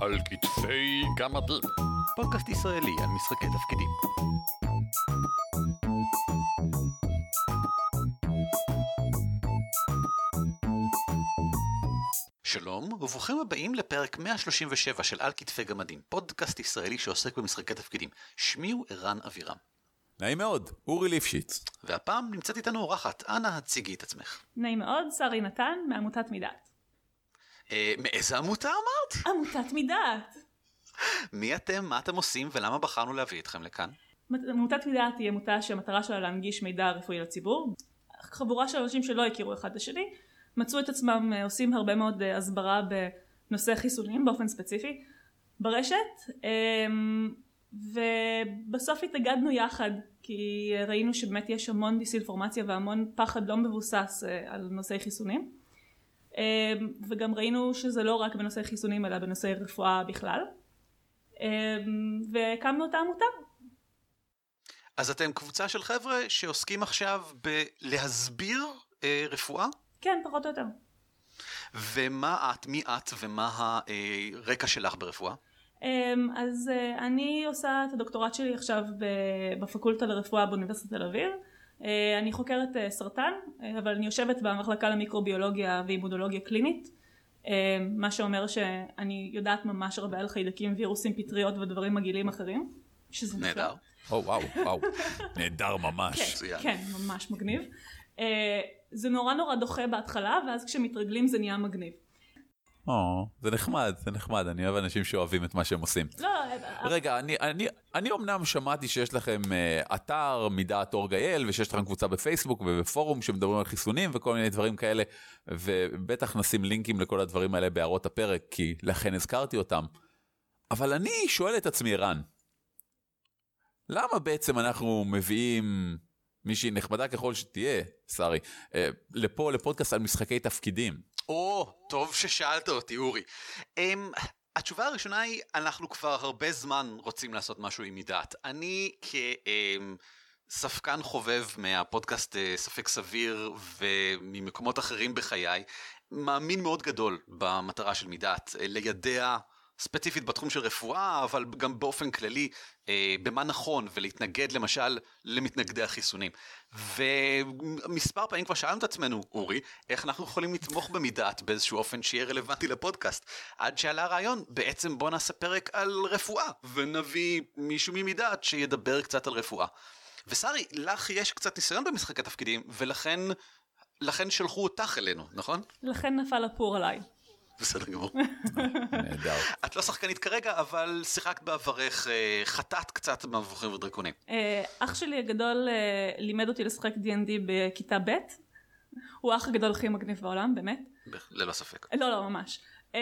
על כתפי גמדים, פודקאסט ישראלי על משחקי תפקידים. שלום וברוכים הבאים לפרק 137 של על כתפי גמדים, פודקאסט ישראלי שעוסק במשחקי תפקידים. שמי הוא ערן אבירם. נעים מאוד, אורי ליפשיץ. והפעם נמצאת איתנו אורחת, אנא הציגי את עצמך. נעים מאוד, שרי נתן מעמותת מידעת. מאיזה עמותה אמרת? עמותת מידעת. מי אתם, מה אתם עושים ולמה בחרנו להביא אתכם לכאן? עמותת מידעת היא עמותה שהמטרה שלה להנגיש מידע רפואי לציבור. חבורה של אנשים שלא הכירו אחד את השני, מצאו את עצמם עושים הרבה מאוד הסברה בנושא חיסונים באופן ספציפי ברשת, ובסוף התאגדנו יחד כי ראינו שבאמת יש המון דיסאינפורמציה והמון פחד לא מבוסס על נושאי חיסונים, וגם ראינו שזה לא רק בנושאי חיסונים אלא בנושאי רפואה בכלל, והקמנו את העמותה. אז אתם קבוצה של חבר'ה שעוסקים עכשיו בלהסביר רפואה? כן, פחות או יותר. ומה את, מי את ומה הרקע שלך ברפואה? אז אני עושה את הדוקטורט שלי עכשיו בפקולטה לרפואה באוניברסיטת תל אביב. אני חוקרת סרטן, אבל אני יושבת במחלקה למיקרוביולוגיה ואימונולוגיה קלינית, מה שאומר שאני יודעת ממש הרבה על חיידקים, וירוסים, פטריות ודברים מגעילים אחרים, שזה נהדר. וואו, נהדר ממש. כן, ממש מגניב. זה נורא דוחה בהתחלה, ואז כשמתרגלים זה נהיה מגניב. זה נחמד, אני אוהב אנשים שאוהבים את מה שהם עושים. רגע, אני אמנם שמעתי שיש לכם אתר מידעת.org.il, ושיש לכם קבוצה בפייסבוק ובפורום שמדברים על חיסונים וכל מיני דברים כאלה, ובטח נשים לינקים לכל הדברים האלה בהערות הפרק, כי לכן הזכרתי אותם. אבל אני שואל את עצמי, ערן, למה בעצם אנחנו מביאים מישהי נחמדה ככל שתהיה, שרי, לפה לפודקאסט על משחקי תפקידים? טוב ששאלת אותי, אורי. התשובה הראשונה היא, אנחנו כבר הרבה זמן רוצים לעשות משהו עם מידעת. אני כספקן חובב מהפודקאסט ספק סביר וממקומות אחרים בחיי, מאמין מאוד גדול במטרה של מידעת, לידע ספציפית בתחום של רפואה, אבל גם באופן כללי במה נכון, ולהתנגד למשל למתנגדי החיסונים. ומספר פעמים כבר שאלנו את עצמנו, אורי, איך אנחנו יכולים לתמוך במידעת באיזשהו אופן שיהיה רלוונטי לפודקאסט, עד שעלה הרעיון, בעצם בוא נעשה פרק על רפואה, ונביא מישהו ממידעת שידבר קצת על רפואה. ושרי, לך יש קצת ניסיון במשחקי תפקידים, ולכן שלחו אותך אלינו, נכון? לכן נפל הפור עליי. בסדר גמור. את לא שחקנית כרגע, אבל שיחקת בעברך, חטאת קצת במבוכים ודרקונים. אח שלי הגדול לימד אותי לשחק D&D בכיתה ב', הוא האח הגדול הכי מגניב בעולם, באמת. ללא ספק. לא, ממש.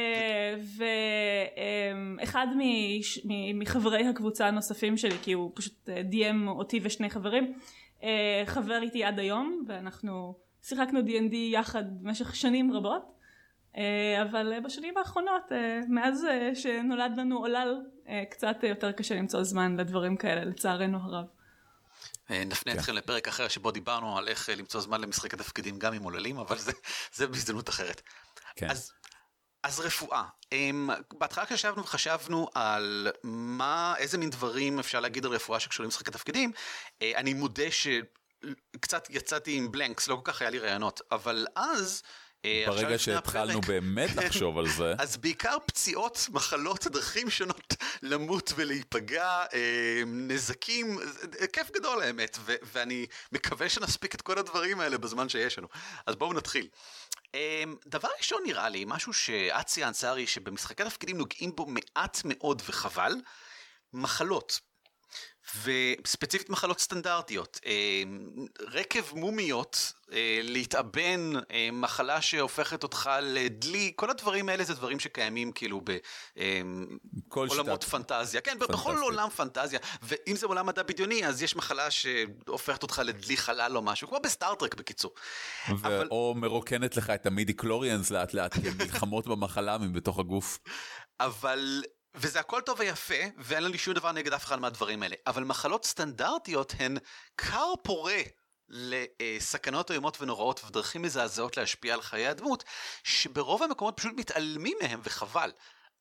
ואחד מחברי הקבוצה הנוספים שלי, כי הוא פשוט DM אותי ושני חברים, חבר איתי עד היום, ואנחנו שיחקנו D&D יחד במשך שנים רבות, אבל בשנים האחרונות, מאז שנולד לנו עולל, קצת יותר קשה למצוא זמן לדברים כאלה, לצערנו הרב. נפנה אתכם לפרק אחר שבו דיברנו על איך למצוא זמן למשחק התפקידים גם עם עוללים, אבל זה בהזדמנות אחרת. אז רפואה, בהתחלה חשבנו על איזה מין דברים אפשר להגיד על רפואה שקשורים למשחק התפקידים. אני מודה שקצת יצאתי עם בלנקס, לא כל כך היה לי רעיונות, אבל אז ברגע שהתחלנו באמת לחשוב על זה. אז בעיקר פציעות, מחלות, דרכים שונות למות ולהיפגע, נזקים, כיף גדול האמת, ואני מקווה שנספיק את כל הדברים האלה בזמן שיש לנו. אז בואו נתחיל. דבר ראשון נראה לי, משהו שאת ציינת, שרי, שבמשחקי תפקידים נוגעים בו מעט מאוד וחבל, מחלות. וספציפית מחלות סטנדרטיות, רקב מומיות, להתאבן, מחלה שהופכת אותך לדלי, כל הדברים האלה זה דברים שקיימים כאילו בעולמות פנטזיה, כן, בכל עולם פנטזיה, ואם זה עולם מדע בדיוני, אז יש מחלה שהופכת אותך לדלי חלל או משהו, כמו בסטארטרק בקיצור. או מרוקנת לך את המידי קלוריאנס לאט לאט, כי הם מלחמות במחלה מבתוך הגוף. וזה הכל טוב ויפה, ואין לי שום דבר נגד אף אחד מהדברים האלה, אבל מחלות סטנדרטיות הן קר פורה לסכנות איומות ונוראות ודרכים מזעזעות להשפיע על חיי הדמות, שברוב המקומות פשוט מתעלמים מהם וחבל.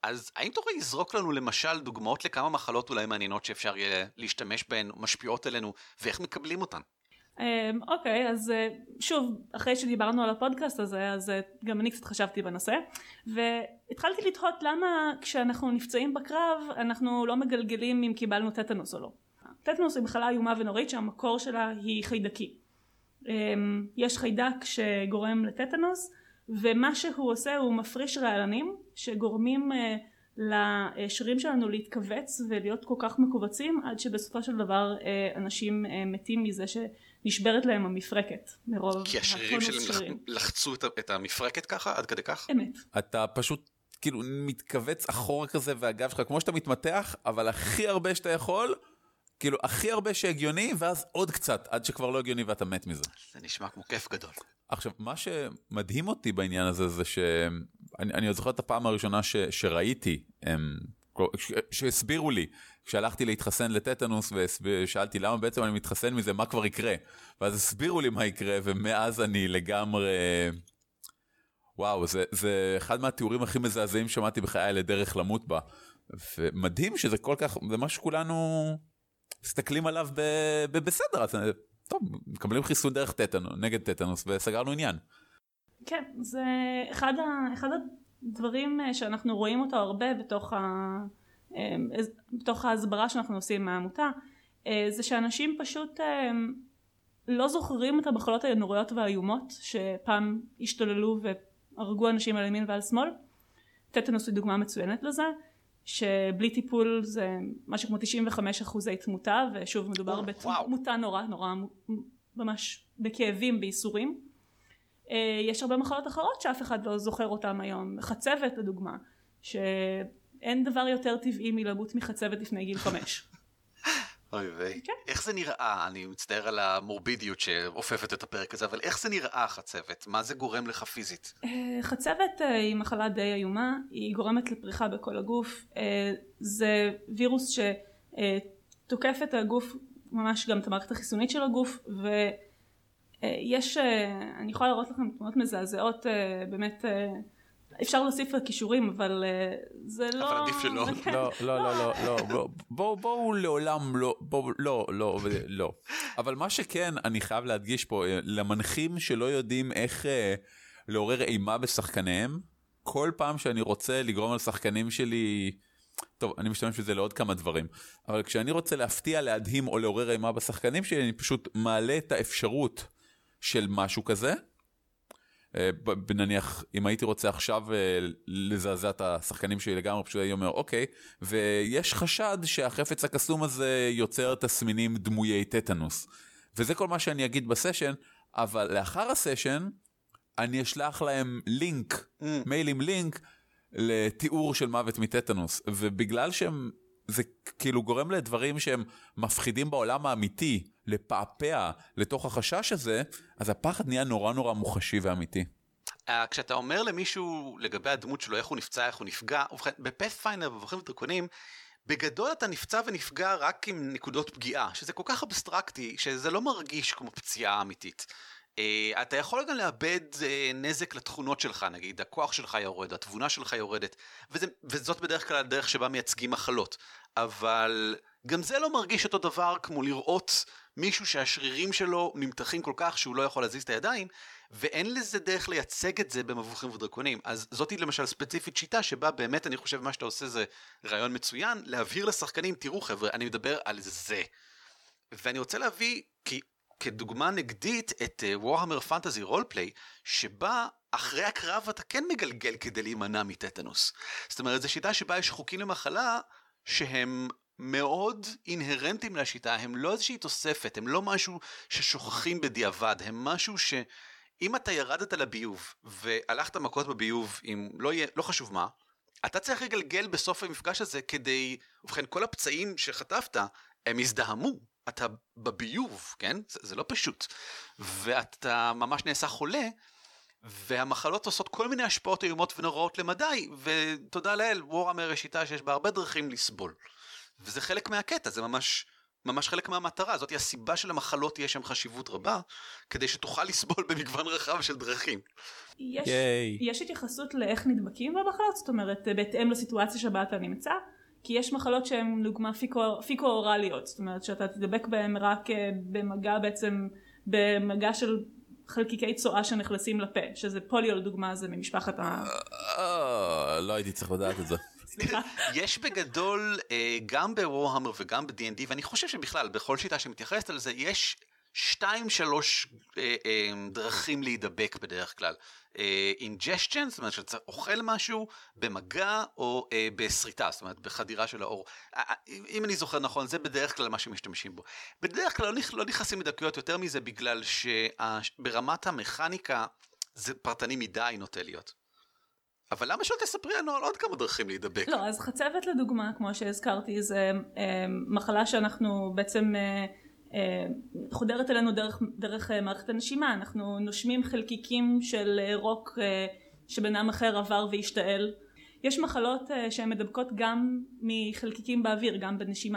אז האם תוכל לזרוק לנו למשל דוגמאות לכמה מחלות אולי מעניינות שאפשר יהיה להשתמש בהן, משפיעות עלינו, ואיך מקבלים אותן? אוקיי, אז שוב, אחרי שדיברנו על הפודקאסט הזה, אז גם אני קצת חשבתי בנושא, והתחלתי לתהות למה כשאנחנו נפצעים בקרב, אנחנו לא מגלגלים אם קיבלנו טטנוס או לא. טטנוס היא מחלה איומה ונורית שהמקור שלה היא חיידקי. יש חיידק שגורם לטטנוס, ומה שהוא עושה הוא מפריש רעלנים שגורמים לשרירים שלנו להתכווץ ולהיות כל כך מקובצים עד שבסופו של דבר אנשים מתים מזה שנשברת להם המפרקת מרוב כי השרירים שלהם לחצו את המפרקת ככה עד כדי כך? אמת. אתה פשוט כאילו מתכווץ אחורה כזה והגב שלך כמו שאתה מתמתח אבל הכי הרבה שאתה יכול כאילו הכי הרבה שהגיוני ואז עוד קצת עד שכבר לא הגיוני ואתה מת מזה. זה נשמע כמו כיף גדול. עכשיו מה שמדהים אותי בעניין הזה זה שאני זוכר את הפעם הראשונה שראיתי שהסבירו לי כשהלכתי להתחסן לטטנוס ושאלתי למה בעצם אני מתחסן מזה מה כבר יקרה ואז הסבירו לי מה יקרה ומאז אני לגמרי וואו זה אחד מהתיאורים הכי מזעזעים שמעתי בחיי לדרך למות בה ומדהים שזה כל כך זה מה שכולנו מסתכלים עליו בסדר אז טוב מקבלים חיסון דרך טטנוס נגד טטנוס וסגרנו עניין. כן זה אחד הדברים שאנחנו רואים אותו הרבה בתוך ההסברה שאנחנו עושים מהעמותה זה שאנשים פשוט לא זוכרים את המחלות הנוראיות והאיומות שפעם השתוללו והרגו אנשים על ימין ועל שמאל. טטנוס היא דוגמה מצוינת לזה שבלי טיפול זה משהו כמו 95% תמותה ושוב מדובר בתמותה נורא ממש בכאבים בייסורים. יש הרבה מחלות אחרות שאף אחד לא זוכר אותם היום, חצבת לדוגמה, שאין דבר יותר טבעי מלמות מחצבת לפני גיל 5. אוי ויי, איך זה נראה? אני מצטער על המורבידיות שאופפת את הפרק הזה, אבל איך זה נראה חצבת? מה זה גורם לך פיזית? חצבת היא מחלה די איומה, היא גורמת לפריחה בכל הגוף, זה וירוס שתוקף את הגוף, ממש גם את המערכת החיסונית של הגוף, ויש, אני יכולה לראות לכם תמונות מזעזעות, באמת, אפשר להוסיף לכישורים, אבל זה לא... אבל עדיף שלא. לא, בואו לעולם לא. אבל מה שכן, אני חייב להדגיש פה, למנחים שלא יודעים איך לעורר אימה בשחקניהם, כל פעם שאני רוצה לגרום על שחקנים שלי... טוב, אני משתמש בזה לעוד כמה דברים, אבל כשאני רוצה להפתיע, להדהים או לעורר אימה בשחקנים שלי, אני פשוט מעלה את האפשרות של משהו כזה, נניח אם הייתי רוצה עכשיו לזעזע את השחקנים שלי לגמרי פשוט הייתי אומר אוקיי ויש חשד שהחפץ הקסום הזה יוצר תסמינים דמויי טטנוס וזה כל מה שאני אגיד בסשן אבל לאחר הסשן אני אשלח להם לינק מייל עם לינק לתיאור של מוות מטטנוס ובגלל שהם זה כאילו גורם לדברים שהם מפחידים בעולם האמיתי, לפעפע לתוך החשש הזה, אז הפחד נהיה נורא נורא מוחשי ואמיתי. כשאתה אומר למישהו לגבי הדמות שלו, איך הוא נפצע, איך הוא נפגע, בפאת'פיינדר ובמבוכים ודרקונים, בגדול אתה נפצע ונפגע רק עם נקודות פגיעה, שזה כל כך אבסטרקטי, שזה לא מרגיש כמו פציעה אמיתית. אתה יכול גם לאבד נזק לתכונות שלך, נגיד, הכוח שלך יורד, התבונה שלך יורדת, וזאת בדרך כלל הדרך שבה מייצגים מחלות, אבל גם זה לא מרגיש אותו דבר כמו לראות מישהו שהשרירים שלו נמתחים כל כך שהוא לא יכול להזיז את הידיים, ואין לזה דרך לייצג את זה במבוכים ודרקונים. אז זאת היא למשל ספציפית שיטה שבה באמת אני חושב מה שאתה עושה זה רעיון מצוין, להבהיר לשחקנים, תראו חבר'ה, אני מדבר על זה. ואני רוצה להביא כדוגמה נגדית את וורהמר פנטזי רולפליי, שבה אחרי הקרב אתה כן מגלגל כדי להימנע מטטנוס. זאת אומרת, זו שיטה שבה יש חוקים למחלה שהם מאוד אינהרנטיים לשיטה, הם לא איזושהי תוספת, הם לא משהו ששוכחים בדיעבד, הם משהו שאם אתה ירדת לביוב והלכת מכות בביוב, אם לא חשוב מה, אתה צריך לגלגל בסוף המפגש הזה כדי, ובכן כל הפצעים שחטפת, הם הזדהמו. אתה בביוב, כן? זה לא פשוט. ואתה ממש נעשה חולה, והמחלות עושות כל מיני השפעות איומות ונוראות למדי, ותודה לאל, וורהמר יש שיטה שיש בה הרבה דרכים לסבול. וזה חלק מהקטע, זה ממש ממש חלק מהמטרה, זאת היא הסיבה של המחלות יש שם חשיבות רבה, כדי שתוכל לסבול במגוון רחב של דרכים. יש התייחסות לאיך נדבקים במחלות, זאת אומרת, בהתאם לסיטואציה שבה אתה נמצא, כי יש מחלות שהן דוגמה פיקו-אורליות, זאת אומרת שאתה תדבק בהן רק במגע בעצם, במגע של חלקיקי צואה שנכנסים לפה, שזה פוליו לדוגמה, זה ממשפחת לא הייתי צריך לדעת את זה. יש בגדול, גם בוורהמר וגם ב-D&D, ואני חושב שבכלל, בכל שיטה שמתייחסת על זה, יש 2-3 דרכים להידבק בדרך כלל. ingestion, זאת אומרת שאתה אוכל משהו במגע או בסריטה, זאת אומרת בחדירה של האור. אם אני זוכר נכון, זה בדרך כלל מה שמשתמשים בו. בדרך כלל לא נכנסים לדקויות יותר מזה, בגלל שברמת המכניקה זה פרטני מדי נוטה להיות. אבל למה שלא תספרי לנו על עוד כמה דרכים להידבק? לא, אז חצבת לדוגמה, כמו שהזכרתי, זה מחלה שאנחנו בעצם חודרת אלינו דרך מערכת הנשימה. אנחנו נושמים חלקיקים של רוק שבן אדם אחר עבר והשתעל. יש מחלות שהן מדבקות גם מחלקיקים באוויר, גם בנשימה.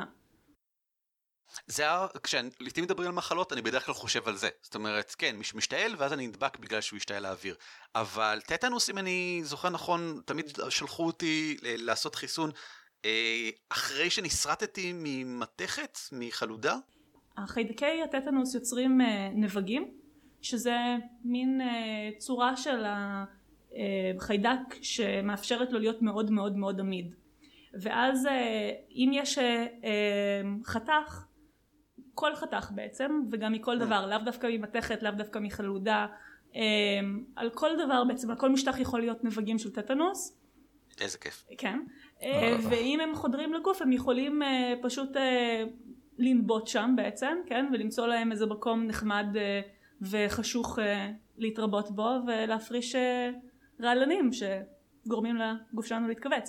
כשלעיתים מדברים על מחלות, אני בדרך כלל חושב על זה. זאת אומרת, כן, מישהו משתעל, ואז אני נדבק בגלל שהוא ישתעל לאוויר. אבל טטנוס, אם אני זוכר נכון, תמיד שלחו אותי לעשות חיסון אחרי שנסרטתי ממתכת, מחלודה. החיידקי הטטנוס יוצרים נבגים, שזה מין צורה של החיידק שמאפשרת לו להיות מאוד מאוד מאוד עמיד. ואז אם יש חתך, כל חתך בעצם, וגם מכל דבר, לאו דווקא ממתכת, לאו דווקא מחלודה, על כל דבר בעצם, על כל משטח יכול להיות נבגים של טטנוס. איזה כיף. כן. ואם הם חודרים לגוף, הם יכולים פשוט לנבוט שם בעצם, כן? ולמצוא להם איזה מקום נחמד וחשוך להתרבות בו, ולהפריש רעלנים שגורמים לגוף שלנו להתכווץ.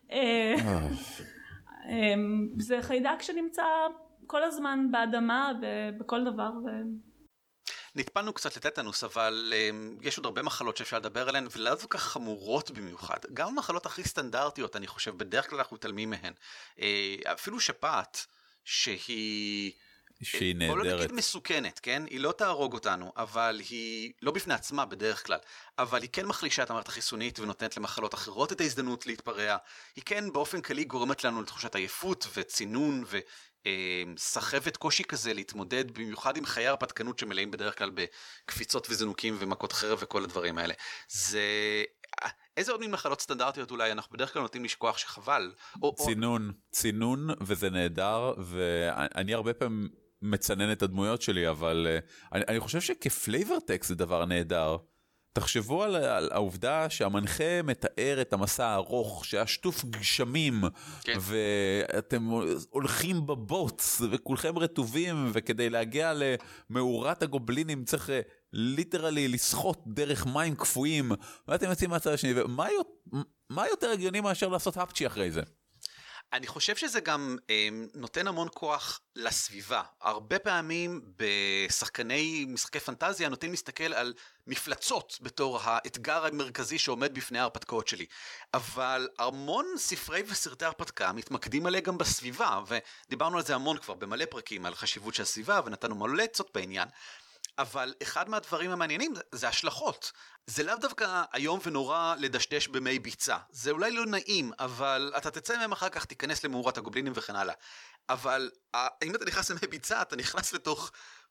זה חיידק שנמצא כל הזמן באדמה ובכל דבר. נטפלנו קצת לטטנוס, אבל יש עוד הרבה מחלות שאפשר לדבר עליהן, ולא כל כך חמורות במיוחד. גם המחלות הכי סטנדרטיות, אני חושב, בדרך כלל אנחנו מתעלמים מהן. אפילו שפעת, שהיא נהדרת. בוא לא נגיד מסוכנת, כן? היא לא תהרוג אותנו, אבל היא לא בפני עצמה בדרך כלל. אבל היא כן מחלישה את המערכת החיסונית ונותנת למחלות אחרות את ההזדמנות להתפרע. היא כן באופן כללי גורמת לנו לתחושת עייפות וצינון וסחבת קושי כזה להתמודד, במיוחד עם חיי הרפתקנות שמלאים בדרך כלל בקפיצות וזנוקים ומכות חרב וכל הדברים האלה. איזה עוד מחלות סטנדרטיות אולי אנחנו בדרך כלל נוטים לשכוח שחבל? צינון, וזה נהדר, ואני הרבה פעמים מצנן את הדמויות שלי, אבל אני חושב שכפלייבר טקסט זה דבר נהדר. תחשבו על העובדה שהמנחה מתאר את המסע הארוך, שהשטוף גשמים, כן. ואתם הולכים בבוץ, וכולכם רטובים, וכדי להגיע למאורת הגובלינים צריך ליטרלי לשחות דרך מים קפואים, ואתם יוצאים מהצד השני, ומה יותר הגיוני מאשר לעשות הפצ'י אחרי זה? אני חושב שזה גם נותן המון כוח לסביבה. הרבה פעמים בשחקני משחקי פנטזיה נוטים להסתכל על מפלצות בתור האתגר המרכזי שעומד בפני ההרפתקאות שלי. אבל המון ספרי וסרטי הרפתקה מתמקדים עליה גם בסביבה, ודיברנו על זה המון כבר במלא פרקים על חשיבות של הסביבה, ונתנו מלא עצות בעניין. אבל אחד מהדברים המעניינים זה השלכות. זה לאו דווקא היום ונורא לדשדש במי ביצה. זה אולי לא נעים, אבל אתה תצא מהם אחר כך, תיכנס למאורת הגובלינים וכן הלאה. אבל אם אתה נכנס למי ביצה, אתה נכנס לתוך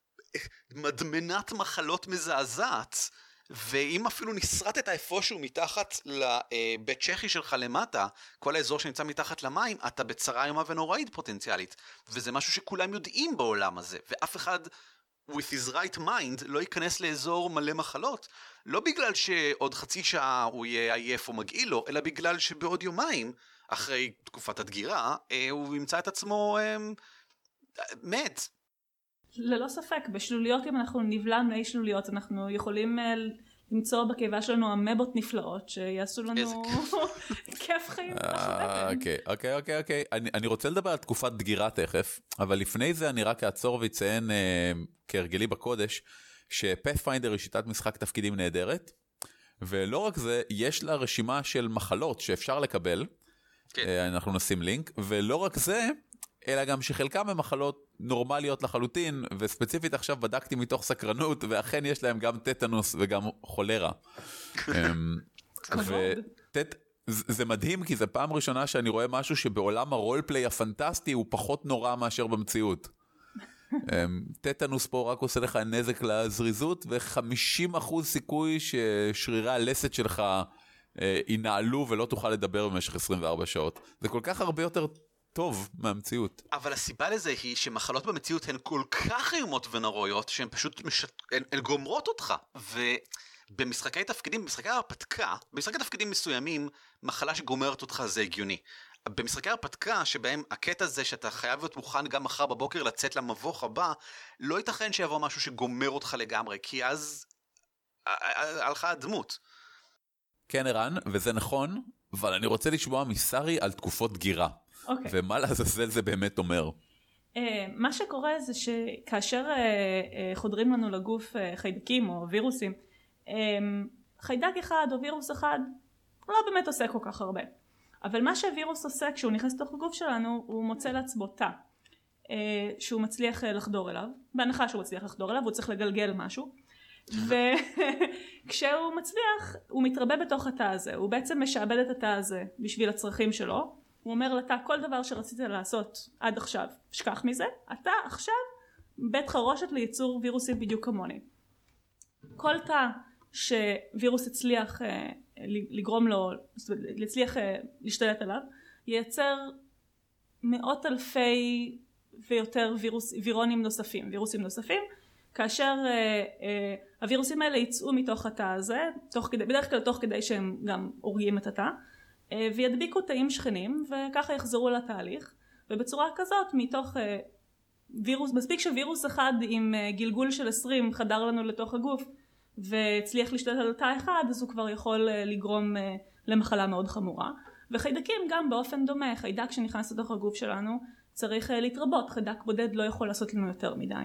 מדמנת מחלות מזעזעת, ואם אפילו נסרטת איפשהו מתחת לבית צ'כי שלך למטה, כל האזור שנמצא מתחת למים, אתה בצרה איומה ונוראית פוטנציאלית. וזה משהו שכולם יודעים בעולם הזה, ואף אחד with his right mind לא ייכנס לאזור מלא מחלות, לא בגלל שעוד חצי שעה הוא יהיה עייף או מגעיל לו, אלא בגלל שבעוד יומיים, אחרי תקופת הדגירה, הוא ימצא את עצמו מת. ללא ספק, בשלוליות אם אנחנו נבלע מלא שלוליות, אנחנו יכולים למצוא בקיבה שלנו אמבות נפלאות, שיעשו לנו כיף חיים. אוקיי. אני רוצה לדבר על תקופת דגירה תכף, אבל לפני זה אני רק אעצור ויציין כהרגלי בקודש, שפאת'פיינדר היא שיטת משחק תפקידים נהדרת, ולא רק זה, יש לה רשימה של מחלות שאפשר לקבל, אנחנו נשים לינק, ולא רק זה, אלא גם שחלקם הם מחלות נורמליות לחלוטין, וספציפית עכשיו בדקתי מתוך סקרנות, ואכן יש להם גם טטנוס וגם חולרה. זה מדהים, כי זה פעם ראשונה שאני רואה משהו שבעולם הרולפליי הפנטסטי הוא פחות נורא מאשר במציאות. טטנוס פה רק עושה לך נזק לזריזות, ו50% סיכוי ששרירי הלסת שלך ינעלו ולא תוכל לדבר במשך 24 שעות. זה כל כך הרבה יותר טוב מהמציאות. אבל הסיבה לזה היא שמחלות במציאות הן כל כך איומות ונוראיות, שהן פשוט הן גומרות אותך. ובמשחקי תפקידים, במשחקי הרפתקה, במשחקי תפקידים מסוימים, מחלה שגומרת אותך זה הגיוני. במשחקי הרפתקה, שבהם הקטע הזה שאתה חייב להיות מוכן גם מחר בבוקר לצאת למבוך הבא, לא ייתכן שיבוא משהו שגומר אותך לגמרי, כי אז הלכה הדמות. כן, ערן, וזה נכון, אבל אני רוצה לשמוע מסרי על תקופות גירה. אוקיי. ומה לעזאזל זה באמת אומר? מה שקורה זה שכאשר חודרים לנו לגוף חיידקים או וירוסים, חיידק אחד או וירוס אחד לא באמת עושה כל כך הרבה. אבל מה שהווירוס עושה כשהוא נכנס לתוך הגוף שלנו, הוא מוצא לעצמו תא שהוא מצליח לחדור אליו. בהנחה שהוא מצליח לחדור אליו, הוא צריך לגלגל משהו. וכשהוא מצליח, הוא מתרבה בתוך התא הזה. הוא בעצם משעבד את התא הזה בשביל הצרכים שלו. הוא אומר לתא, כל דבר שרצית לעשות עד עכשיו, שכח מזה. אתה עכשיו בית חרושת לייצור וירוסים בדיוק כמוני. כל תא שווירוס הצליח לגרום לו, להצליח להשתלט עליו, ייצר מאות אלפי ויותר וירונים נוספים, וירוסים נוספים, כאשר הווירוסים האלה יצאו מתוך התא הזה, בדרך כלל תוך כדי שהם גם הורגים את התא, וידביקו תאים שכנים, וככה יחזרו לתהליך, ובצורה כזאת מתוך וירוס, מספיק שווירוס אחד עם גלגול של 20 חדר לנו לתוך הגוף, והצליח להשתלט על תא אחד, אז הוא כבר יכול לגרום למחלה מאוד חמורה. וחיידקים גם באופן דומה, חיידק שנכנס לתוך הגוף שלנו צריך להתרבות, חיידק בודד לא יכול לעשות לנו יותר מדי.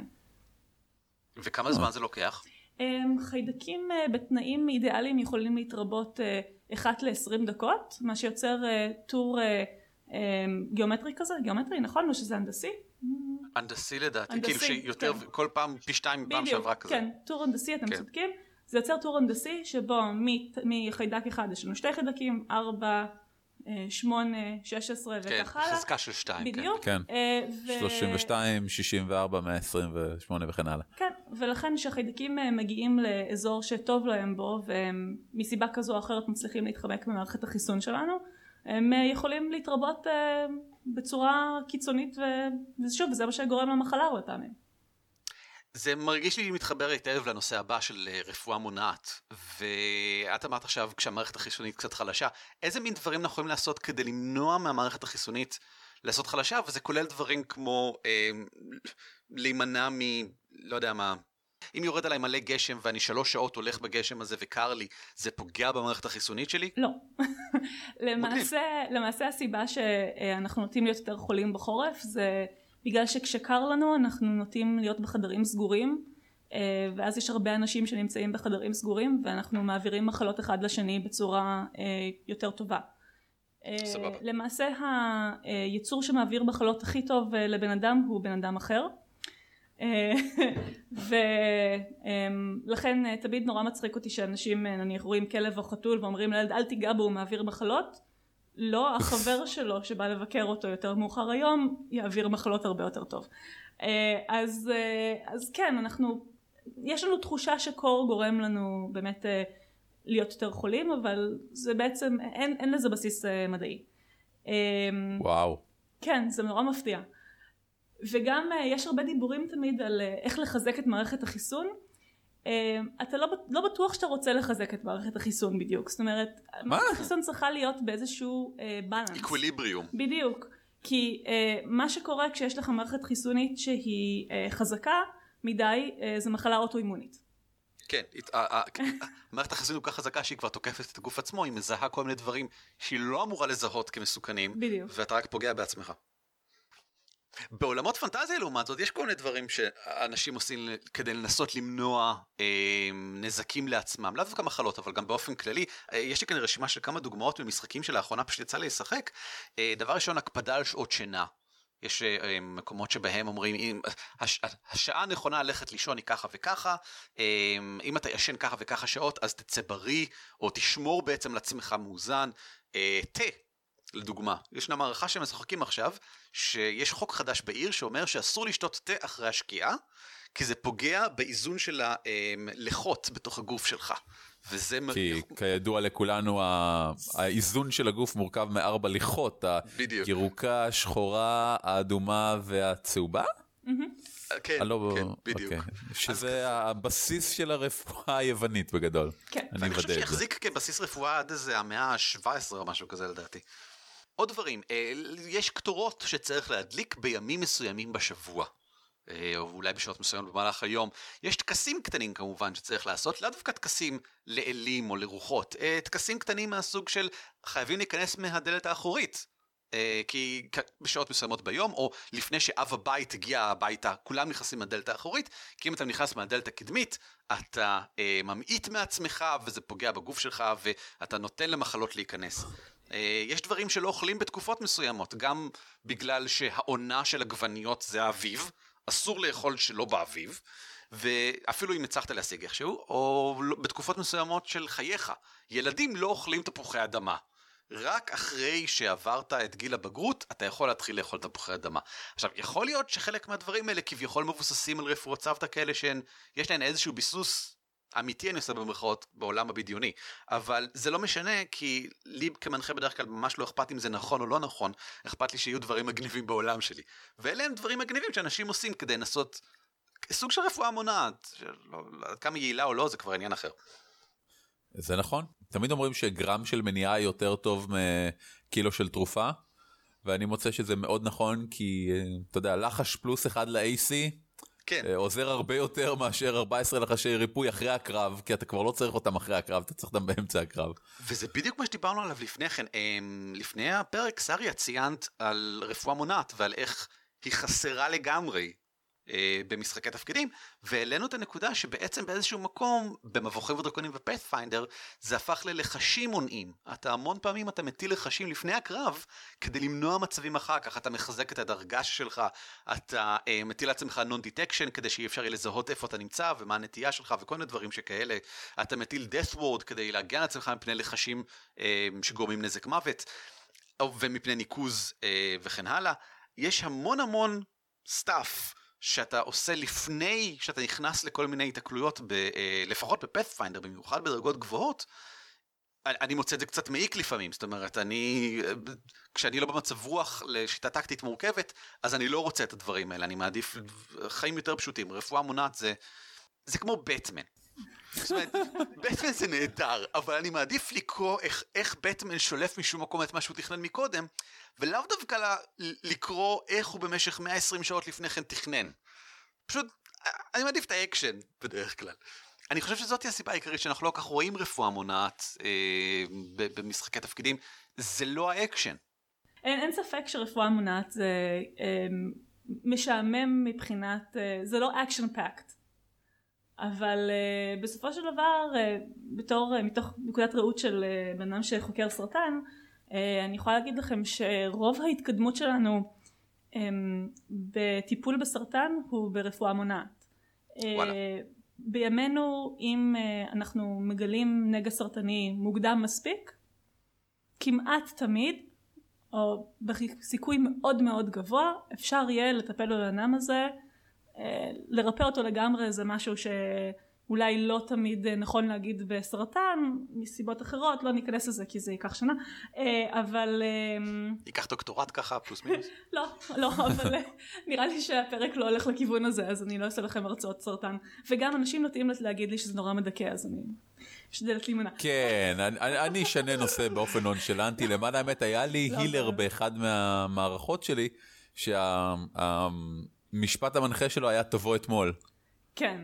וכמה זמן זה לוקח? חיידקים בתנאים אידיאליים יכולים להתרבות 1 ל-20 דקות, מה שיוצר טור גיאומטרי כזה, גיאומטרי, נכון? או שזה הנדסי? הנדסי לדעתי, כאילו שיותר, כל פעם פי 2 פעם שעברה כזה. כן, טור הנדסי, אתם צודקים. זה יוצר טור הנדסי שבו מחיידק אחד יש לנו 2 חיידקים, 4, 8, 16 וכך הלאה. כן, חזקה של 2. בדיוק. כן, 32, 64, 128 וכן הלאה. כן, ולכן שהחיידקים מגיעים לאזור שטוב להם בו, ומסיבה כזו או אחרת מצליחים להתחמק במערכת החיסון שלנו, הם יכולים להתרבות בצורה קיצונית, ושוב, זה מה שגורם למחלה הרבה פעמים. זה מרגיש לי מתחבר היטב לנושא הבא של רפואה מונעת, ואת אמרת עכשיו כשהמערכת החיסונית קצת חלשה, איזה מין דברים אנחנו יכולים לעשות כדי למנוע מהמערכת החיסונית לעשות חלשה, וזה כולל דברים כמו להימנע לא יודע מה, אם יורד עליי מלא גשם ואני 3 שעות הולך בגשם הזה וקר לי, זה פוגע במערכת החיסונית שלי? לא. למעשה הסיבה שאנחנו נוטים להיות יותר חולים בחורף, זה בגלל שכשקר לנו אנחנו נוטים להיות בחדרים סגורים, ואז יש הרבה אנשים שנמצאים בחדרים סגורים, ואנחנו מעבירים מחלות אחד לשני בצורה יותר טובה. סבבה. למעשה היצור שמעביר מחלות הכי טוב לבן אדם הוא בן אדם אחר. ולכן תמיד נורא מצחיק אותי שאנשים נניח רואים כלב או חתול ואומרים לילד אל תיגע בו, הוא מעביר מחלות. לא, החבר שלו שבא לבקר אותו יותר מאוחר היום יעביר מחלות הרבה יותר טוב. אז כן, יש לנו תחושה שקור גורם לנו באמת להיות יותר חולים, אבל זה בעצם אין לזה בסיס מדעי. וואו. כן, זה נורא מפתיע. וגם יש הרבה דיבורים תמיד על איך לחזק את מערכת החיסון. אתה לא בטוח שאתה רוצה לחזק את מערכת החיסון בדיוק. זאת אומרת, מערכת החיסון צריכה להיות באיזשהו בלנס. אקוויליבריום. בדיוק. כי מה שקורה כשיש לך מערכת חיסונית שהיא חזקה מדי, זה מחלה אוטואימונית. כן, מערכת החיסונית כל כך חזקה שהיא כבר תוקפת את הגוף עצמו, היא מזהה כל מיני דברים שהיא לא אמורה לזהות כמסוכנים. בדיוק. ואתה רק פוגע בעצמך. בעולמות פנטזיה לעומת זאת, יש כל מיני דברים שאנשים עושים כדי לנסות למנוע נזקים לעצמם, לא דווקא מחלות, אבל גם באופן כללי. יש לי כאן רשימה של כמה דוגמאות ממשחקים שלאחרונה פשוט יצא לי לשחק. דבר ראשון, הקפדה על שעות שינה. יש מקומות שבהם אומרים, השעה הנכונה ללכת לישון היא ככה וככה, אם אתה ישן ככה וככה שעות, אז תצא בריא, או תשמור בעצם לעצמך מאוזן. תה, לדוגמה, ישנה מערכה שמשחקים עכשיו, שיש חוק חדש בעיר שאומר שאסור לשתות תה אחרי השקיעה, כי זה פוגע באיזון של הלחות בתוך הגוף שלך. וזה כי כידוע לכולנו האיזון של הגוף מורכב מ4 ליחות, הירוקה, השחורה, האדומה והצהובה? כן, בדיוק. שזה הבסיס של הרפואה היוונית בגדול. אני חושב שיחזיק כבסיס רפואה עד איזה המאה ה-17 או משהו כזה לדעתי. עוד דברים, יש קטורות שצריך להדליק בימים מסוימים בשבוע. או אולי בשעות מסוימות במהלך היום. יש טקסים קטנים כמובן שצריך לעשות, לא דווקא טקסים לאלים או לרוחות, טקסים קטנים מהסוג של חייבים להיכנס מהדלת האחורית, כי בשעות מסוימות ביום, או לפני שאב הבית הגיע הביתה, כולם נכנסים מהדלת האחורית, כי אם אתה נכנס מהדלת הקדמית, אתה ממעיט מעצמך, וזה פוגע בגוף שלך, ואתה נותן למחלות להיכנס. יש דברים שלא אוכלים בתקופות מסוימות, גם בגלל שהעונה של עגבניות זה האביב, אסור לאכול שלא באביב, ואפילו אם הצלחת להשיג איכשהו, או בתקופות מסוימות של חייך. ילדים לא אוכלים תפוחי אדמה. רק אחרי שעברת את גיל הבגרות, אתה יכול להתחיל לאכול תפוחי אדמה. עכשיו, יכול להיות שחלק מהדברים האלה כביכול מבוססים על רפואות סבתא כאלה שיש להן איזשהו ביסוס אמיתי, אני עושה במרכאות, בעולם הבדיוני. אבל זה לא משנה, כי לי כמנחה בדרך כלל ממש לא אכפת אם זה נכון או לא נכון, אכפת לי שיהיו דברים מגניבים בעולם שלי. ואלה הם דברים מגניבים שאנשים עושים כדי לנסות סוג של רפואה מונעת, כמה יעילה או לא, זה כבר עניין אחר. זה נכון. תמיד אומרים שגרם של מניעה יותר טוב מקילו של תרופה, ואני מוצא שזה מאוד נכון, כי אתה יודע, לחש פלוס 1 ל-AC, כן. עוזר הרבה יותר מאשר 14 לחשי ריפוי אחרי הקרב, כי אתה כבר לא צריך אותם אחרי הקרב, אתה צריך אותם באמצע הקרב. וזה בדיוק מה שדיברנו עליו לפני כן. לפני הפרק, סריה, ציינת על רפואה מונעת ועל איך היא חסרה לגמרי במשחקי תפקידים, והעלינו את הנקודה שבעצם באיזשהו מקום, במבוכים ודרקונים ופאת'פיינדר, זה הפך ללחשים מונעים. אתה המון פעמים אתה מטיל לחשים לפני הקרב, כדי למנוע מצבים אחר כך, אתה מחזק את הדרגה שלך, אתה מטיל לעצמך non-detection, כדי שאי אפשר יהיה לזהות איפה אתה נמצא, ומה הנטייה שלך, וכל מיני דברים שכאלה, אתה מטיל death ward, כדי להגן לעצמך מפני לחשים שגורמים נזק מוות, ומפני ניקוז וכן הלאה. יש המון סטאפ, שאתה עושה לפני שאתה נכנס לכל מיני התקלויות, לפחות בפאת'פיינדר, במיוחד בדרגות גבוהות, אני מוצא את זה קצת מעיק לפעמים, זאת אומרת, כשאני לא במצב רוח לשיטה טקטית מורכבת, אז אני לא רוצה את הדברים האלה, אני מעדיף חיים יותר פשוטים. רפואה מונעת זה כמו בטמן. זאת אומרת, בטמן זה נהדר, אבל אני מעדיף לקרוא איך בטמן שולף משום מקום את מה שהוא תכנן מקודם, ולאו דווקא לקרוא איך הוא במשך 120 שעות לפני כן תכנן. פשוט, אני מעדיף את האקשן בדרך כלל. אני חושב שזאת הסיבה העיקרית שאנחנו לא כך רואים רפואה מונעת במשחקי תפקידים, זה לא האקשן. אין ספק שרפואה מונעת זה משעמם מבחינת, זה לא action packed. אבל בסופו של דבר, מתוך נקודת ראות של בן אדם שחוקר סרטן, אני יכולה להגיד לכם שרוב ההתקדמות שלנו בטיפול בסרטן הוא ברפואה מונעת. בימינו, אם אנחנו מגלים נגע סרטני מוקדם מספיק, כמעט תמיד, או בסיכוי מאוד מאוד גבוה, אפשר יהיה לטפל בבן הזה, לרפא אותו לגמרי. זה משהו שאולי לא תמיד נכון להגיד בסרטן, מסיבות אחרות, לא ניכנס לזה כי זה ייקח שנה, אבל... ייקח דוקטורט ככה, פלוס מינוס? לא, אבל נראה לי שהפרק לא הולך לכיוון הזה, אז אני לא אעשה לכם הרצאות סרטן, וגם אנשים נוטים להגיד לי שזה נורא מדכא, אז אני משתדלת להימנע. כן, אני אשנה נושא באופן נונשלנטי, למען האמת היה לי הילר באחד מהמערכות שלי, משפט המנחה שלו היה תבוא אתמול. כן.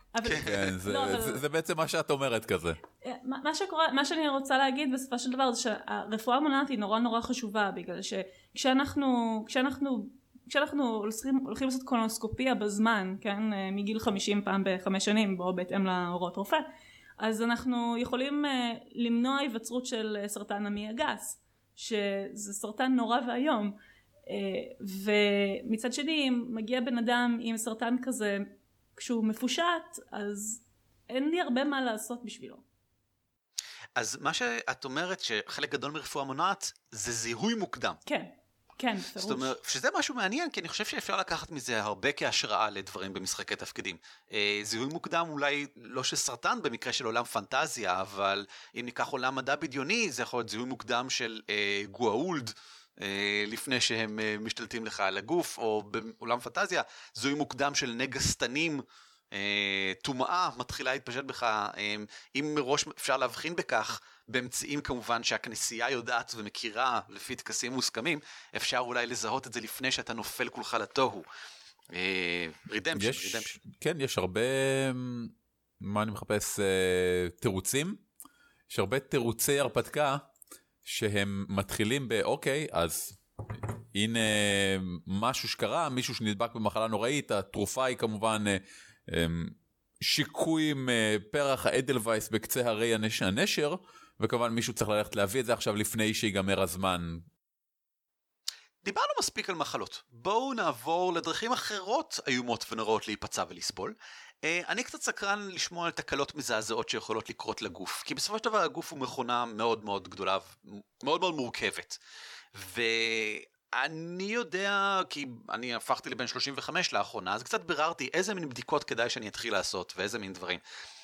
זה בעצם מה שאת אומרת כזה. מה שאני רוצה להגיד בסופו של דבר זה שהרפואה המונעת היא נורא נורא חשובה, בגלל שכשאנחנו הולכים לעשות קולונוסקופיה בזמן, כן, מגיל 50 פעם ב5 שנים, או בהתאם להוראות רופא, אז אנחנו יכולים למנוע היווצרות של סרטן המעי הגס, שזה סרטן נורא והיום. ומצד שני, אם מגיע בן אדם עם סרטן כזה, כשהוא מפושט, אז אין לי הרבה מה לעשות בשבילו. אז מה שאת אומרת שחלק גדול מרפואה מונעת זה זיהוי מוקדם. כן, כן, בפירוש. זאת אומרת, שזה משהו מעניין, כי אני חושב שאפשר לקחת מזה הרבה כהשראה לדברים במשחקי תפקידים. זיהוי מוקדם אולי לא של סרטן במקרה של עולם פנטזיה, אבל אם ניקח עולם מדע בדיוני, זה יכול להיות זיהוי מוקדם של גואולד, לפני שהם משתלטים לך על הגוף, או בעולם פנטזיה, זיהוי מוקדם של נגסתנים, טומאה מתחילה להתפשט בך, אם מראש אפשר להבחין בכך, באמצעים כמובן שהכנסייה יודעת ומכירה לפי טקסים מוסכמים, אפשר אולי לזהות את זה לפני שאתה נופל כולך לתוהו. רידמפשן. כן, יש הרבה, מה אני מחפש, תירוצים, יש הרבה תירוצי הרפתקה, שהם מתחילים באוקיי, אז הנה משהו שקרה, מישהו שנדבק במחלה נוראית, התרופה היא כמובן שיקוי עם פרח האדלווייס בקצה הרי הנשר, וכמובן מישהו צריך ללכת להביא את זה עכשיו לפני שיגמר הזמן. דיברנו מספיק על מחלות, בואו נעבור לדרכים אחרות איומות ונוראות להיפצע ולסבול. אני קצת סקרן לשמוע על תקלות מזעזעות שיכולות לקרות לגוף, כי בסופו של דבר הגוף הוא מכונה מאוד מאוד גדולה, מאוד מאוד מורכבת. ואני יודע, כי אני הפכתי לבן 35 לאחרונה, אז קצת ביררתי איזה מין בדיקות כדאי שאני אתחיל לעשות, ואיזה מין דברים.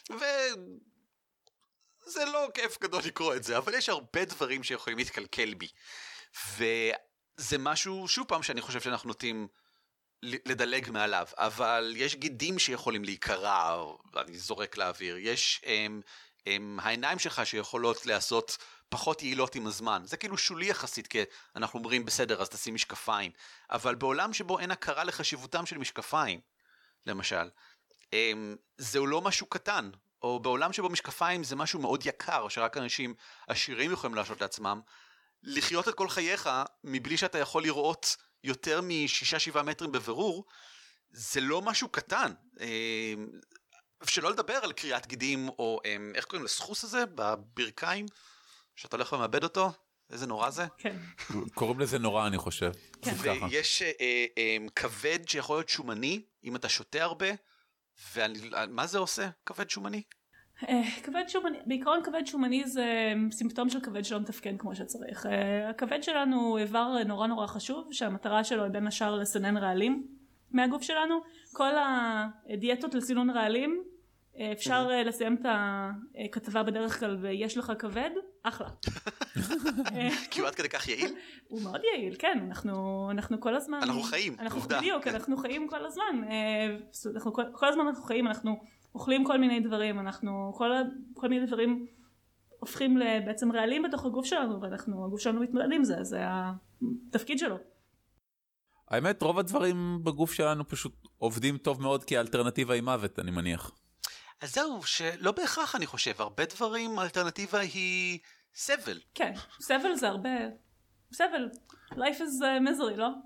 זה לא כיף גדול לקרוא את זה, אבל יש הרבה דברים שיכולים להתקלקל בי. וזה משהו, שוב פעם, שאני חושב שאנחנו נוטים לדלג מעליו, אבל יש גידים שיכולים להיקרע, אני זורק לאוויר, יש העיניים שלך שיכולות לעשות פחות יעילות עם הזמן, זה כאילו שולי יחסית, כי אנחנו אומרים בסדר, אז תשים משקפיים, אבל בעולם שבו אין הכרה לחשיבותם של משקפיים, למשל, זהו לא משהו קטן, או בעולם שבו משקפיים זה משהו מאוד יקר, שרק אנשים עשירים יכולים להרשות לעצמם, לחיות את כל חייך מבלי שאתה יכול לראות יותר מ6-7 מטרים בבירור, זה לא משהו קטן. שלא לדבר על קריאת גידים, או איך קוראים לסחוס הזה בברכיים, שאתה הולך ומאבד אותו, איזה נורא זה. כן. קוראים לזה נורא, אני חושב. ויש כבד שיכול להיות שומני, אם אתה שותה הרבה, ומה זה עושה, כבד שומני? כבד שומני, בעיקרון כבד שומני זה סימפטום של כבד שלא מתפקד כמו שצריך. הכבד שלנו הוא איבר נורא נורא חשוב, שהמטרה שלו היא בין השאר לסנן רעלים מהגוף שלנו. כל הדיאטות לסינון רעלים, אפשר לסיים את הכתבה בדרך כלל ויש לך כבד, אחלה. כי הוא עד כדי כך יעיל? הוא מאוד יעיל, כן, אנחנו כל הזמן... אנחנו חיים, עובדה. בדיוק, אנחנו חיים כל הזמן. כל הזמן אנחנו חיים, אנחנו אוכלים כל מיני דברים, כל מיני דברים הופכים בעצם רעלים בתוך הגוף שלנו, והגוף שלנו מתמודד עם זה, זה התפקיד שלו. האמת, רוב הדברים בגוף שלנו פשוט עובדים טוב מאוד, כי האלטרנטיבה היא מוות, אני מניח. אז זהו, שלא בהכרח אני חושב, הרבה דברים, האלטרנטיבה היא סבל. כן, סבל זה הרבה, סבל, life is misery, לא?